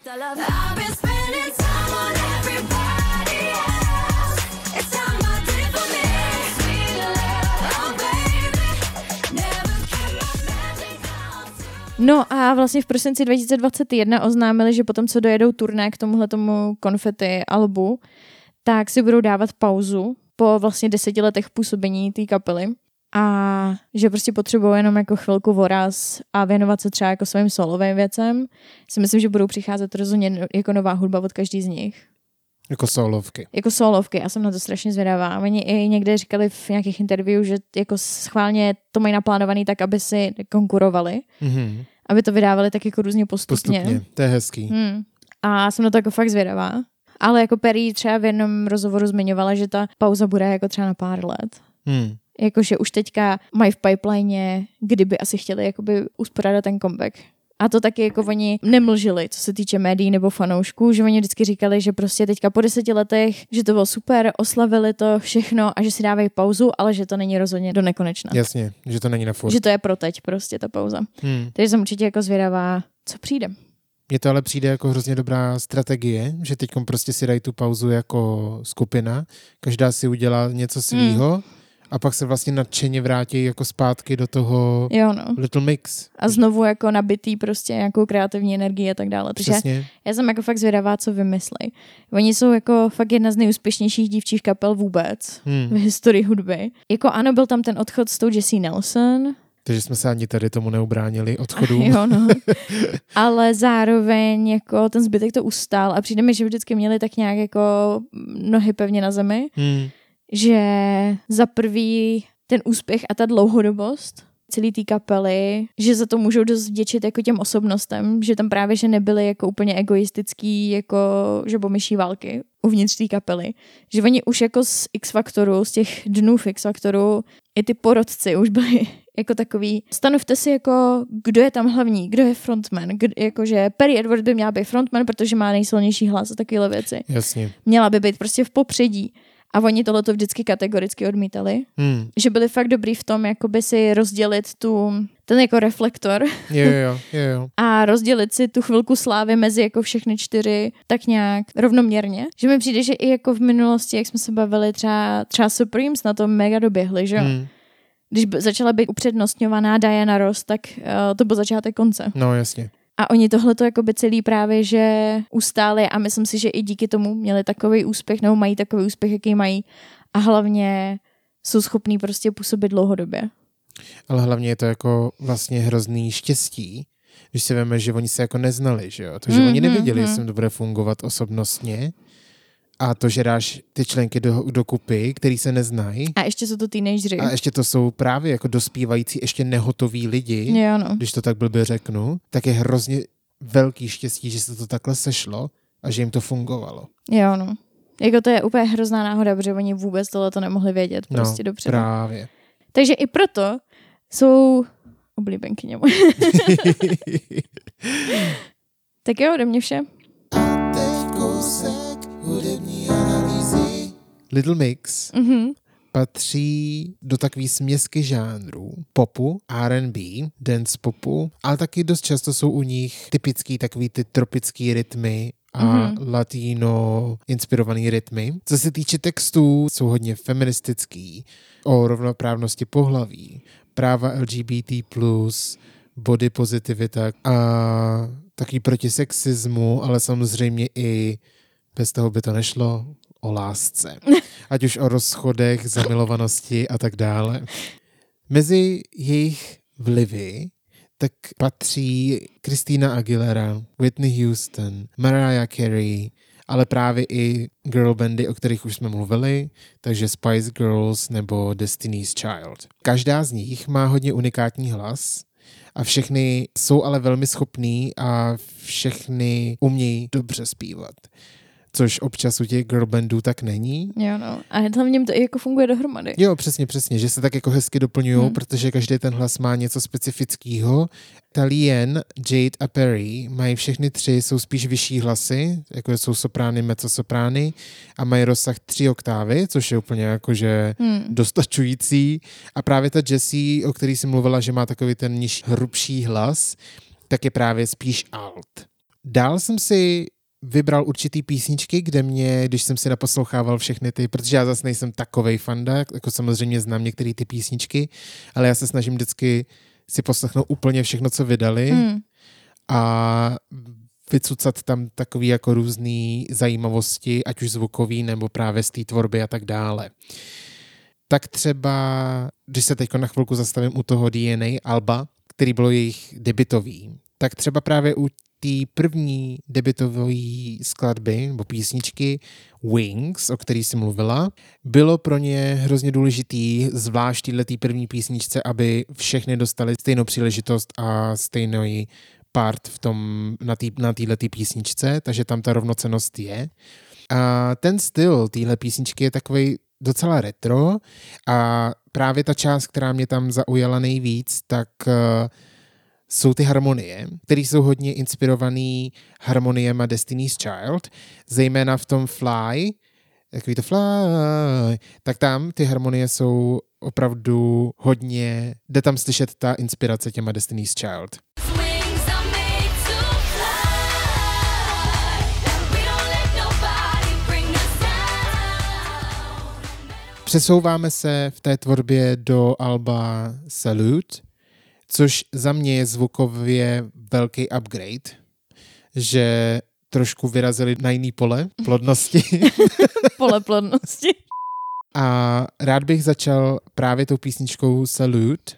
No a vlastně v prosinci 2021 oznámili, že potom, co dojedou turné k tomuhletomu Confetti albu, tak si budou dávat pauzu po vlastně 10 letech působení té kapely. a že prostě potřebují jenom jako chvilku voraz a věnovat se třeba jako svým solovým věcem. Si myslím, že budou přicházet rozhodně jako nová hudba od každý z nich. Jako solovky. Jako solovky, já jsem na to strašně zvědavá. Oni i někde říkali v nějakých interview, že jako schválně to mají naplánovaný tak, aby si konkurovali. Mm-hmm. Aby to vydávali tak jako různě postupně. To je hezký. A jsem na to jako fakt zvědavá. Ale jako Perry třeba v jednom rozhovoru zmiňovala, že ta pauza bude jako třeba na pár let. Jakože už teďka mají v pipeline, kdyby asi chtěli jakoby uspořádat ten comeback. A to taky jako oni nemlžili, co se týče médií nebo fanoušků, že oni vždycky říkali, že prostě teďka po 10 letech, že to bylo super, oslavili to všechno a že si dávají pauzu, ale že to není rozhodně do nekonečna. Jasně, že to není na furt. Že to je pro teď prostě ta pauza. Takže jsem určitě jako zvědavá, co přijde. Mně to ale přijde jako hrozně dobrá strategie, že teďkom prostě si dají tu pauzu jako skupina, každá si udělá něco svýho a pak se vlastně nadšeně vrátí jako zpátky do toho Little Mix. A znovu jako nabitý prostě nějakou kreativní energii a tak dále. Takže já jsem jako fakt zvědavá, co vymyslej. Oni jsou jako fakt jedna z nejúspěšnějších dívčích kapel vůbec v historii hudby. Jako ano, byl tam ten odchod s tou Jessie Nelson. Takže jsme se ani tady tomu neubránili odchodu. Jo, no. Ale zároveň jako ten zbytek to ustál a přijde mi, že vždycky měli tak nějak jako nohy pevně na zemi. Že za prvý ten úspěch a ta dlouhodobost celý té kapely, že za to můžou dost vděčit jako těm osobnostem, že tam právě že nebyly jako úplně egoistický jako žabomyší války uvnitř té kapely. Že oni už jako z X-Faktoru, z těch dnů v X-Faktoru, i ty porodci už byli jako takový, stanovte si jako, kdo je tam hlavní, kdo je frontman, jakože Perry Edwards by měla být frontman, protože má nejsilnější hlas a takovéhle věci. Jasně. Měla by být prostě v popředí. A oni tohleto vždycky kategoricky odmítali. Že byli fakt dobrý v tom, jakoby si rozdělit ten jako reflektor. Jo. A rozdělit si tu chvilku slávy mezi jako všechny 4 tak nějak rovnoměrně. Že mi přijde, že i jako v minulosti, jak jsme se bavili třeba Supremes na tom mega doběhli, že jo. Když začala být upřednostňovaná Diana Ross, tak to byl začátek konce. No jasně. A oni tohleto jakoby celý právě, že ustáli a myslím si, že i díky tomu měli takový úspěch, nebo mají takový úspěch, jaký mají a hlavně jsou schopní prostě působit dlouhodobě. Ale hlavně je to jako vlastně hrozný štěstí, když si veme, že oni se jako neznali, že jo? Takže oni nevěděli, jestli to bude fungovat osobnostně. A to, že dáš ty členky do kupy, který se neznají. A ještě jsou to teenageři. A ještě to jsou právě jako dospívající, ještě nehotoví lidi, jo, no. Když to tak blbě řeknu, tak je hrozně velký štěstí, že se to takhle sešlo a že jim to fungovalo. Jo, no. Jako to je úplně hrozná náhoda, protože oni vůbec tohleto nemohli vědět prostě dobře. Právě. Takže i proto jsou oblíbenkyně moje. Tak jo, ode mě vše. Little Mix patří do takové směsky žánrů popu, R&B, dance popu, ale taky dost často jsou u nich typický takový ty tropický rytmy a latino inspirovaný rytmy. Co se týče textů, jsou hodně feministický, o rovnoprávnosti pohlaví, práva LGBT+, body pozitivita a taky proti sexismu, ale samozřejmě i bez toho by to nešlo, o lásce. Ať už o rozchodech, zamilovanosti a tak dále. Mezi jejich vlivy tak patří Christina Aguilera, Whitney Houston, Mariah Carey, ale právě i girl bandy, o kterých už jsme mluvili, takže Spice Girls nebo Destiny's Child. Každá z nich má hodně unikátní hlas a všechny jsou ale velmi schopný a všechny umějí dobře zpívat. Což občas u těch girlbandů tak není. Jo, no. A hlavně to i jako funguje dohromady. Jo, přesně, že se tak jako hezky doplňují, protože každý ten hlas má něco specifického. Talien, Jade a Perry mají všechny 3, jsou spíš vyšší hlasy, jako jsou soprány, mezzosoprány a mají rozsah 3 oktávy, což je úplně jakože dostačující. A právě ta Jessie, o který jsem mluvila, že má takový ten nižší, hrubší hlas, tak je právě spíš alt. Dál jsem si vybral určitý písničky, kde mě, když jsem si naposlouchával všechny ty, protože já zase nejsem takovej fanda, jako samozřejmě znám některé ty písničky, ale já se snažím vždycky si poslechnout úplně všechno, co vydali a vycucat tam takový jako různý zajímavosti, ať už zvukový nebo právě z té tvorby a tak dále. tak třeba, když se teď na chvilku zastavím u toho DNA alba, který bylo jejich debutový, tak třeba právě u té první debutové skladby nebo písničky Wings, o který jsi mluvila, bylo pro ně hrozně důležitý, zvlášť této první písničce, aby všechny dostali stejnou příležitost a stejný part na této písničce, takže tam ta rovnocennost je. A ten styl téhle písničky je takovej docela retro a právě ta část, která mě tam zaujala nejvíc, tak jsou ty harmonie, které jsou hodně inspirované harmoniema Destiny's Child, zejména v tom Fly, takový to Fly, tak tam ty harmonie jsou opravdu hodně, jde tam slyšet ta inspirace těma Destiny's Child. Přesouváme se v té tvorbě do alba Salute, což za mě je zvukově velký upgrade, že trošku vyrazili na jiný pole plodnosti. Pole plodnosti. A rád bych začal právě tou písničkou Salute,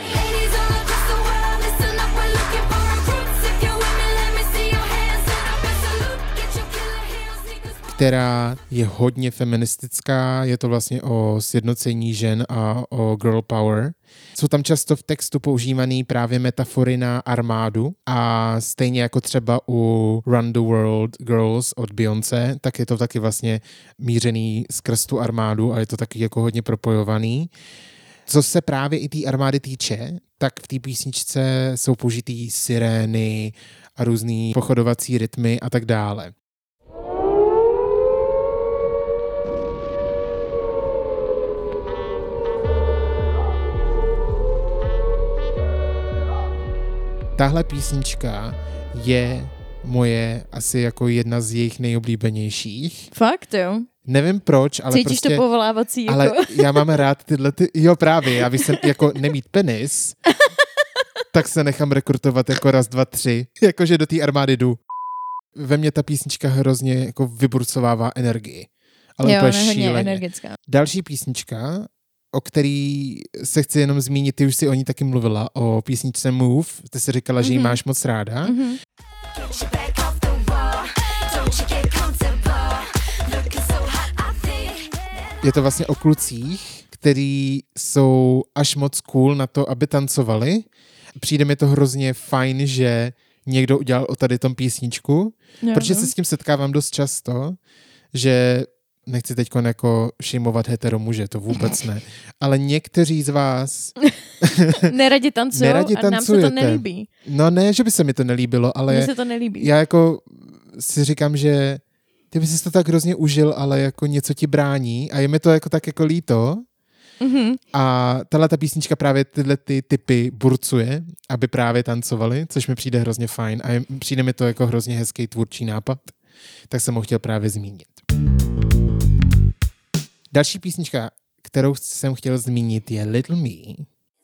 která je hodně feministická, je to vlastně o sjednocení žen a o girl power. Jsou tam často v textu používané právě metafory na armádu a stejně jako třeba u Run the World Girls od Beyoncé, tak je to taky vlastně mířený skrz tu armádu a je to taky jako hodně propojovaný. Co se právě i té armády týče, tak v té písničce jsou použitý sirény a různý pochodovací rytmy a tak dále. Tahle písnička je moje asi jako jedna z jejich nejoblíbenějších. Fakt, jo? Nevím proč, ale cítíš prostě... to povolávací, ale jako... já mám rád tyhle jo právě, já bych sem jako nemít penis, tak se nechám rekrutovat jako 1, 2, 3, jakože do té armády jdu. Ve mně ta písnička hrozně jako vyburcovává energii. Ale jo, úplně šíleně. Energická. Další písnička, o který se chci jenom zmínit, ty už si o ní taky mluvila, o písničce Move, ty jsi říkala, že ji máš moc ráda. Je to vlastně o klucích, který jsou až moc cool na to, aby tancovali. Přijde mi to hrozně fajn, že někdo udělal o tady tom písničku, protože se s tím setkávám dost často, že nechci teď jako šimovat hetero muže, to vůbec ne, ale někteří z vás neradi tancují a nám se to nelíbí. No ne, že by se mi to nelíbilo, ale mně se to nelíbí. Já jako si říkám, že ty bys si to tak hrozně užil, ale jako něco ti brání a je mi to jako tak jako líto. Mm-hmm. A tato písnička právě tyhle ty typy burcuje, aby právě tancovali, což mi přijde hrozně fajn a přijde mi to jako hrozně hezký tvůrčí nápad, tak jsem ho chtěl právě zmínit. Další písnička, kterou jsem chtěl zmínit, je Little Me.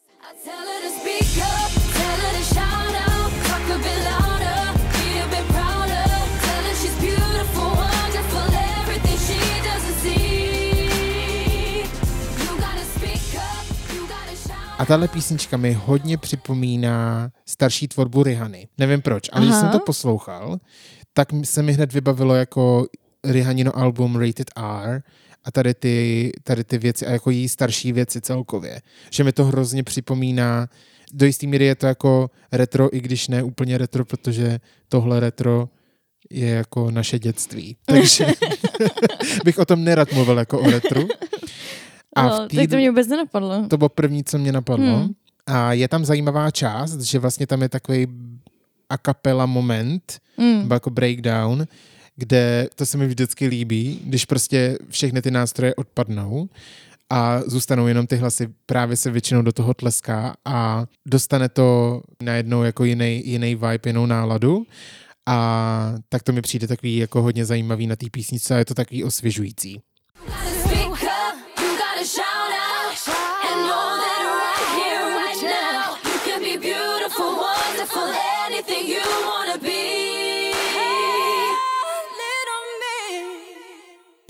A tahle písnička mi hodně připomíná starší tvorbu Rihanny. Nevím proč, ale když jsem to poslouchal, tak se mi hned vybavilo jako Rihannino album Rated R a tady ty věci a jako její starší věci celkově. Že mi to hrozně připomíná, do jistý míry je to jako retro, i když ne úplně retro, protože tohle retro je jako naše dětství. Takže bych o tom nerad mluvil jako o retru. Tak to mě vůbec nenapadlo. To bylo první, co mě napadlo. A je tam zajímavá část, že vlastně tam je takový a cappella moment, jako breakdown, kde to se mi vždycky líbí, když prostě všechny ty nástroje odpadnou a zůstanou jenom ty hlasy, právě se většinou do toho tleská a dostane to najednou jako jiný vibe, jinou náladu. A tak to mi přijde takový jako hodně zajímavý na té písničce a je to takový osvěžující.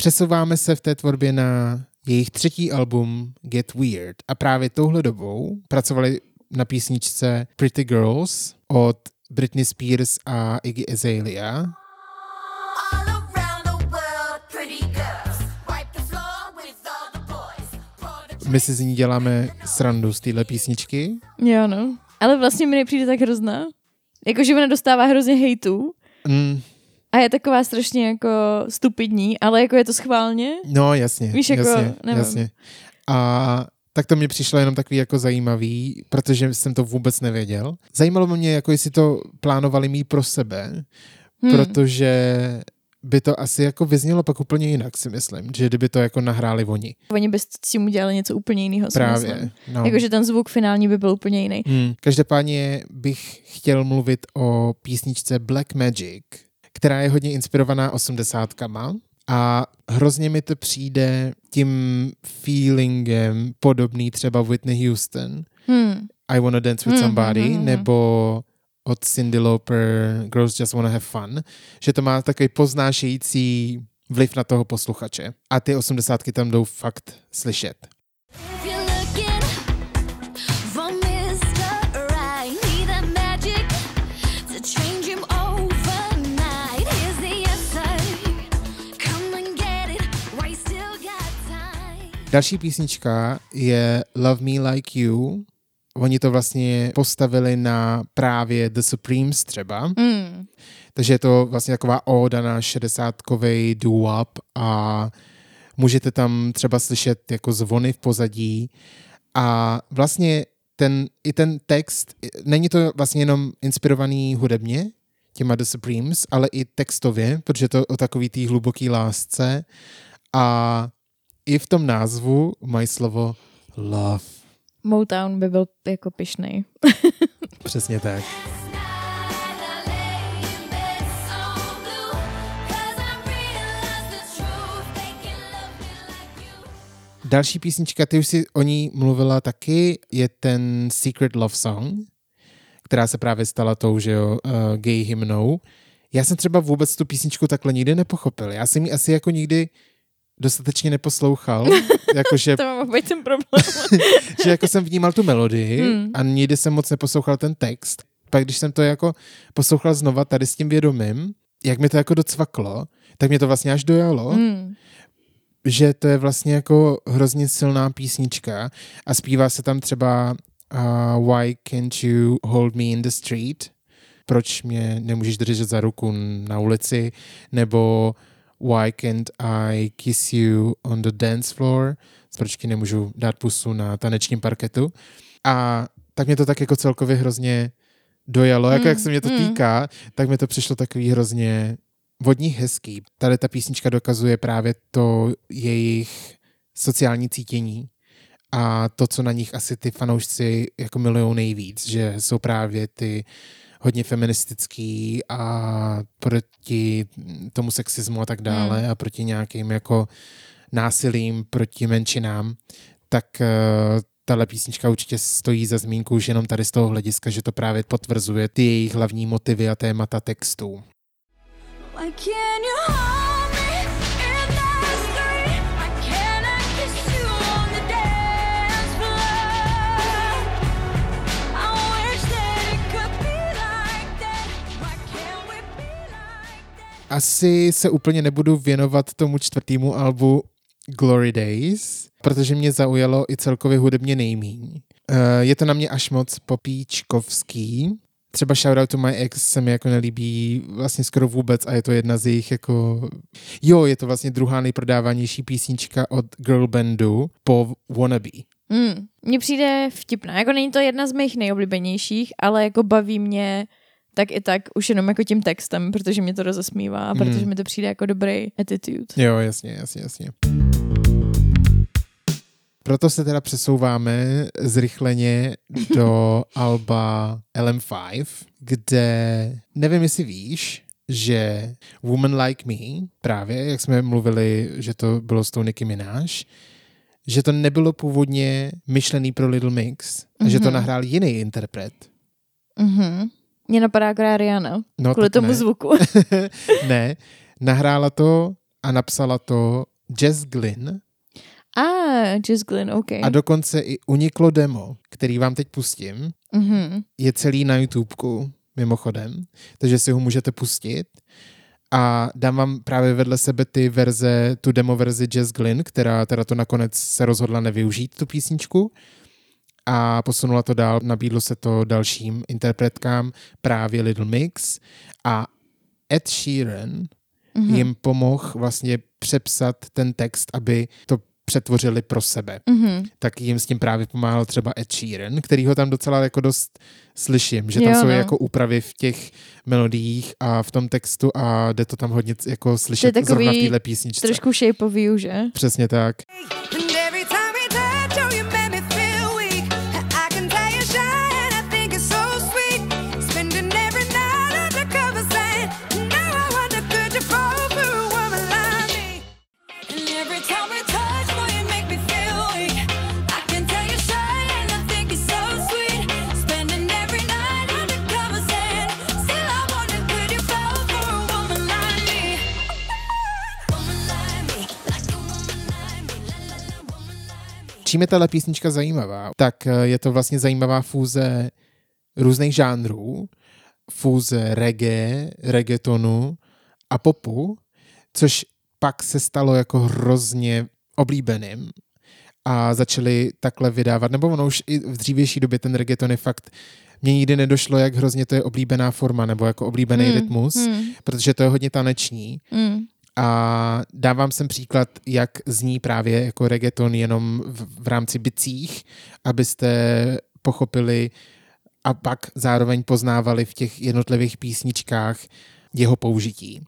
Přesouváme se v té tvorbě na jejich třetí album Get Weird a právě touhle dobou pracovali na písničce Pretty Girls od Britney Spears a Iggy Azalea. My si z ní děláme srandu z téhle písničky. Jo, no. Ale vlastně mi nepřijde tak hrozná. Jakože ona dostává hrozně hejtů. A je taková strašně jako stupidní, ale jako je to schválně. No jasně. Víš, jako, jasně. A tak to mi přišlo jenom takový jako zajímavý, protože jsem to vůbec nevěděl. Zajímalo mě, jako jestli to plánovali mít pro sebe, protože by to asi jako vyznělo pak úplně jinak, si myslím, že kdyby to jako nahráli oni. Oni by s tím udělali něco úplně jiného. Právě. No. Jakože ten zvuk finální by byl úplně jiný. Každopádně bych chtěl mluvit o písničce Black Magic, která je hodně inspirovaná 80kama a hrozně mi to přijde tím feelingem podobný třeba Whitney Houston. I Wanna Dance With Somebody, nebo od Cyndi Lauper Girls Just Wanna Have Fun, že to má takový poznášející vliv na toho posluchače. A ty 80ky tam jdou fakt slyšet. Další písnička je Love Me Like You. Oni to vlastně postavili na právě The Supremes třeba. Takže je to vlastně taková óda na 60kovej doo-wop a můžete tam třeba slyšet jako zvony v pozadí. A vlastně ten text, není to vlastně jenom inspirovaný hudebně těma The Supremes, ale i textově, protože to o takový té hluboký lásce. A i v tom názvu mají slovo love. Motown by byl jako pyšnej. Přesně tak. Další písnička, ty už si o ní mluvila taky, je ten Secret Love Song, která se právě stala tou, že jo, gay hymnou. Já jsem třeba vůbec tu písničku takhle nikdy nepochopil. Já jsem ji asi jako nikdy dostatečně neposlouchal. Jakože, to má být ten problém. že jako jsem vnímal tu melodii a nikdy jsem moc neposlouchal ten text. Pak když jsem to jako poslouchal znova tady s tím vědomím, jak mi to jako docvaklo, tak mě to vlastně až dojalo, že to je vlastně jako hrozně silná písnička a zpívá se tam třeba Why can't you hold me in the street? Proč mě nemůžeš držet za ruku na ulici? Nebo Why can't I kiss you on the dance floor? Proč ti nemůžu dát pusu na tanečním parketu? A tak mě to tak jako celkově hrozně dojalo. Jako jak se mě to týká, tak mi to přišlo takový hrozně vodní hezký. Tady ta písnička dokazuje právě to jejich sociální cítění a to, co na nich asi ty fanoušci jako milují nejvíc, že jsou právě ty hodně feministický a proti tomu sexismu a tak dále a proti nějakým jako násilím proti menšinám, tak tahle písnička určitě stojí za zmínku už jenom tady z toho hlediska, že to právě potvrzuje ty jejich hlavní motivy a témata textů. Asi se úplně nebudu věnovat tomu čtvrtému albu Glory Days, protože mě zaujalo i celkově hudebně nejmíň. Je to na mě až moc popíčkovský. Třeba Shout Out to My Ex se mi jako nelíbí vlastně skoro vůbec a je to jedna z jejich jako... Jo, je to vlastně druhá nejprodávanější písnička od girl bandu po Wannabe. Mně přijde vtipná. Jako není to jedna z mých nejoblíbenějších, ale jako baví mě tak i tak už jenom jako tím textem, protože mě to rozesmívá, protože mi to přijde jako dobrý attitude. Jo, jasně. Proto se teda přesouváme zrychleně do alba LM5, kde nevím, jestli víš, že Woman Like Me, právě jak jsme mluvili, že to bylo s tou Nicki Minaj, že to nebylo původně myšlený pro Little Mix, a že to nahrál jiný interpret. Mně napadá akorát Rihanna, kvůli tomu zvuku. Ne, nahrála to a napsala to Jess Glynn. Jess Glynn, OK. A dokonce i uniklo demo, který vám teď pustím. Je celý na YouTubeku, mimochodem, takže si ho můžete pustit. A dám vám právě vedle sebe tu demo verzi Jess Glynn, která teda to nakonec se rozhodla nevyužít, tu písničku. A posunula to dál, nabídlo se to dalším interpretkám, právě Little Mix. A Ed Sheeran jim pomohl vlastně přepsat ten text, aby to přetvořili pro sebe. Tak jim s tím právě pomáhal třeba Ed Sheeran, který ho tam docela jako dost slyším, že tam jsou jako úpravy v těch melodiích a v tom textu a jde to tam hodně jako slyšet zrovna v téhle písničce. Trošku shapeový, že? Přesně tak. Čím je tahle písnička zajímavá? Tak je to vlastně zajímavá fúze různých žánrů, fúze reggaetonu a popu, což pak se stalo jako hrozně oblíbeným a začali takhle vydávat, nebo ono už i v dřívější době ten reggaeton je fakt, mně nikdy nedošlo, jak hrozně to je oblíbená forma nebo jako oblíbený rytmus, protože to je hodně taneční. A dávám sem příklad, jak zní právě jako reggaeton jenom v rámci bicích, abyste pochopili a pak zároveň poznávali v těch jednotlivých písničkách jeho použití.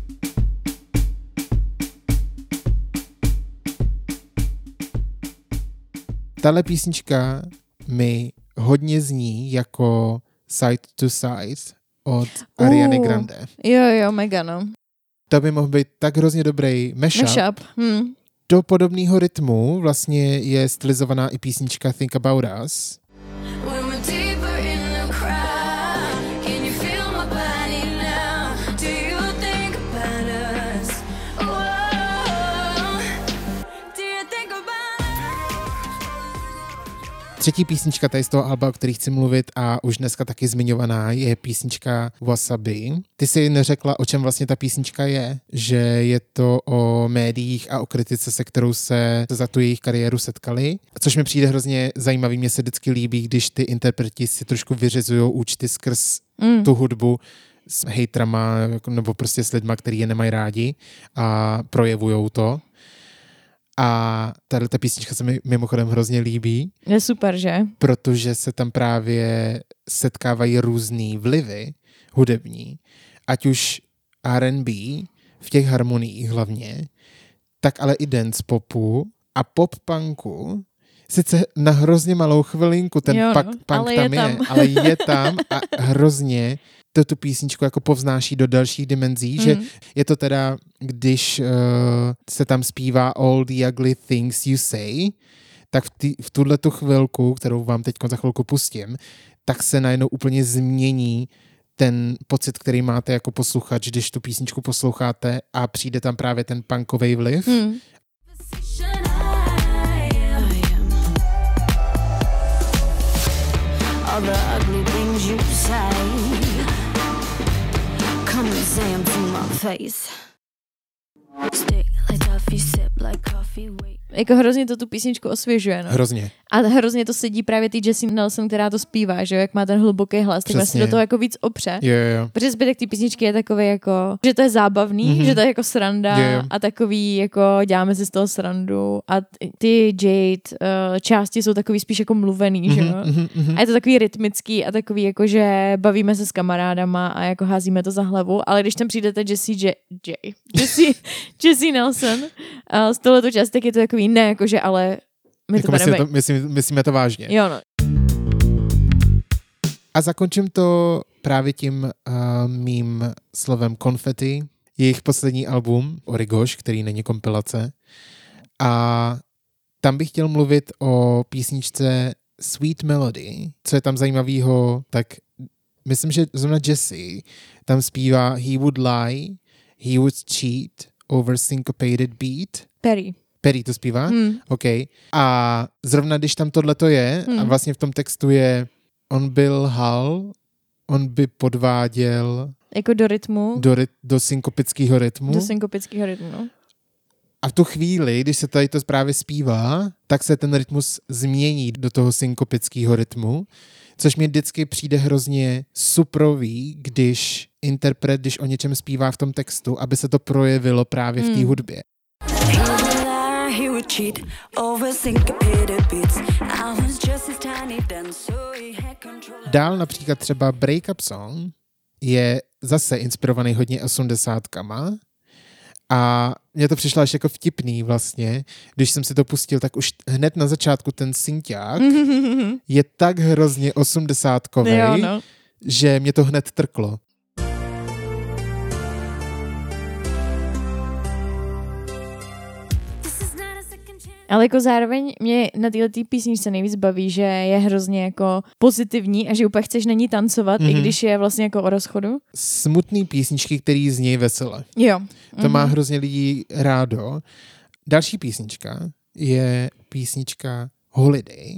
Tahle písnička mi hodně zní jako Side to Side od Ariany Grande. Jo, mega no. To by mohl být tak hrozně dobrý mashup. Do podobného rytmu vlastně je stylizovaná i písnička Think About Us. Třetí písnička tady z toho alba, o který chci mluvit a už dneska taky zmiňovaná, je písnička Wasabi. Ty jsi neřekla, o čem vlastně ta písnička je, že je to o médiích a o kritice, se kterou se za tu jejich kariéru setkali, což mi přijde hrozně zajímavý, mně se vždycky líbí, když ty interpreti si trošku vyřizujou účty skrz tu hudbu s hejtrama nebo prostě s lidma, který je nemají rádi a projevujou to. A tato písnička se mi mimochodem hrozně líbí. Je super, že? Protože se tam právě setkávají různý vlivy hudební, ať už R&B, v těch harmoniích hlavně, tak ale i dance popu a pop punku. Sice na hrozně malou chvilinku ten punk tam je, ale je tam a hrozně tu písničku jako povznáší do dalších dimenzí, že je to teda, když se tam zpívá All the ugly things you say, tak v tuhletu chvilku, kterou vám teď za chvilku pustím, tak se najednou úplně změní ten pocit, který máte jako posluchač, když tu písničku posloucháte a přijde tam právě ten punkovej vliv. All the ugly things you say. Come and say them to my face. Stick like toffee, sip like coffee, wait. Jako hrozně to tu písničku osvěžuje, no. Hrozně. A hrozně to sedí právě ty Jessie Nelson, která to zpívá, že jak má ten hluboký hlas, tak vlastně do toho jako víc opře. Jo. Protože zbytek ty písničky je takový jako, že to je zábavný, že to je jako sranda a takový jako děláme si z toho srandu a ty Jade části jsou takový spíš jako mluvený, že jo. A je to takový rytmický a takový jako, že bavíme se s kamarádama a jako házíme to za hlavu, ale když tam přijdete Jessie Nelson z tohleto část, tak je to takový ne, jakože, ale my jako to bereme. Myslíme to vážně. Jo, no. A zakončím to právě tím mým slovem Konfety, jejich poslední album Origoš, který není kompilace. A tam bych chtěl mluvit o písničce Sweet Melody. Co je tam zajímavého, tak myslím, že zrovna Jessie tam zpívá He would lie, he would cheat, over syncopated beat. Perry to zpívá? OK. A zrovna když tam tohleto je a vlastně v tom textu je on by lhal, on by podváděl jako do rytmu. Do synkopického rytmu. No. A v tu chvíli, když se tady to právě zpívá, tak se ten rytmus změní do toho synkopického rytmu, což mi vždycky přijde hrozně suprový, když interpret, když o něčem zpívá v tom textu, aby se to projevilo právě v té hudbě. Dál například třeba Breakup Song je zase inspirovaný hodně 80kama a mně to přišlo až jako vtipný vlastně, když jsem si to pustil, tak už hned na začátku ten synťák je tak hrozně 80kovej, že mě to hned trklo. Ale jako zároveň mě na této písničce nejvíc baví, že je hrozně jako pozitivní a že úplně chceš na ní tancovat, i když je vlastně jako o rozchodu. Smutný písničky, který znějí vesele. Jo. To má hrozně lidí rádo. Další písnička je písnička Holiday.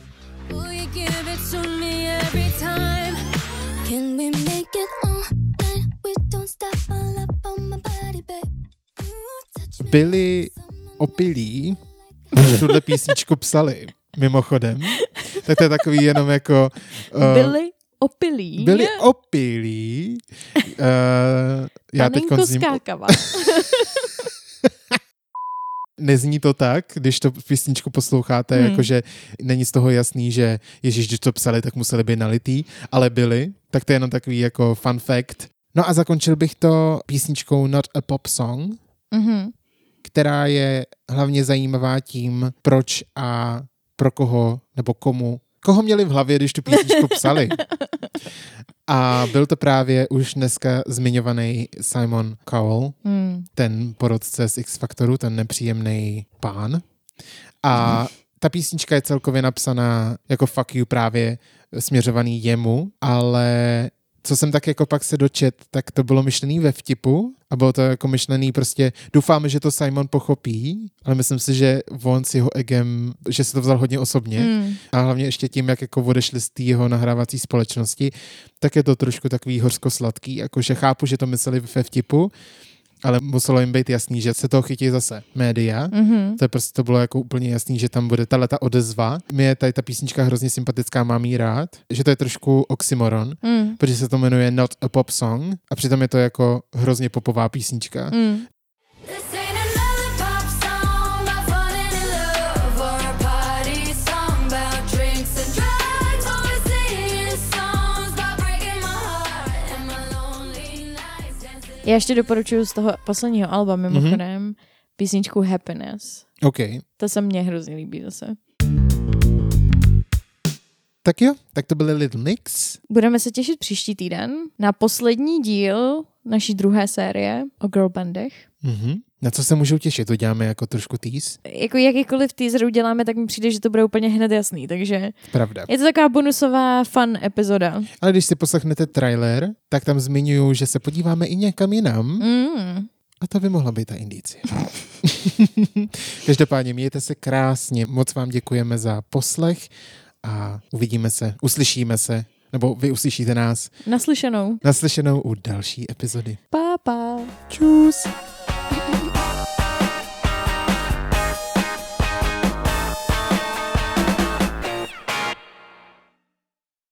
Byli opilí, když tuhle písničku psali, mimochodem. Tak to je takový jenom jako... Byli opilí. Já teďko skákava. Nezní to tak, když to písničku posloucháte, jakože není z toho jasný, že Ježíš, když to psali, tak museli být nalitý, ale byli. Tak to je jenom takový jako fun fact. No a zakončil bych to písničkou Not a Pop Song, která je hlavně zajímavá tím, proč a pro koho nebo koho měli v hlavě, když tu písničku psali. A byl to právě už dneska zmiňovaný Simon Cowell, ten porodce z X Factoru, ten nepříjemný pán. A ta písnička je celkově napsaná jako fuck you právě směřovaný jemu, ale co jsem tak jako pak se dočet, tak to bylo myšlený ve vtipu a bylo to jako myšlený prostě, doufáme, že to Simon pochopí, ale myslím si, že on s jeho egem, že se to vzal hodně osobně a hlavně ještě tím, jak jako odešli z té jeho nahrávací společnosti, tak je to trošku takový hořko-sladký, jakože chápu, že to mysleli ve vtipu, ale muselo jim být jasný, že se toho chytí zase média. To je prostě to bylo jako úplně jasný, že tam bude tato odezva. Mě je tady ta písnička hrozně sympatická, mám jí rád, že to je trošku oxymoron, protože se to jmenuje Not a Pop Song a přitom je to jako hrozně popová písnička. Já ještě doporučuji z toho posledního alba mimochodem písničku Happiness. OK. To se mně hrozně líbí zase. Tak jo, tak to byly Little Mix. Budeme se těšit příští týden na poslední díl naší druhé série o girlbandech. Na co se můžou těšit? To děláme jako trošku tease? Jako jakýkoliv teaser uděláme, tak mi přijde, že to bude úplně hned jasný, takže pravda. Je to taková bonusová fun epizoda. Ale když si poslechnete trailer, tak tam zmiňuju, že se podíváme i někam jinam. A to by mohla být ta indicie. Každopádně mějte se krásně. Moc vám děkujeme za poslech a uslyšíme se, nebo vy uslyšíte nás. Naslyšenou u další epizody. Pa. Čus.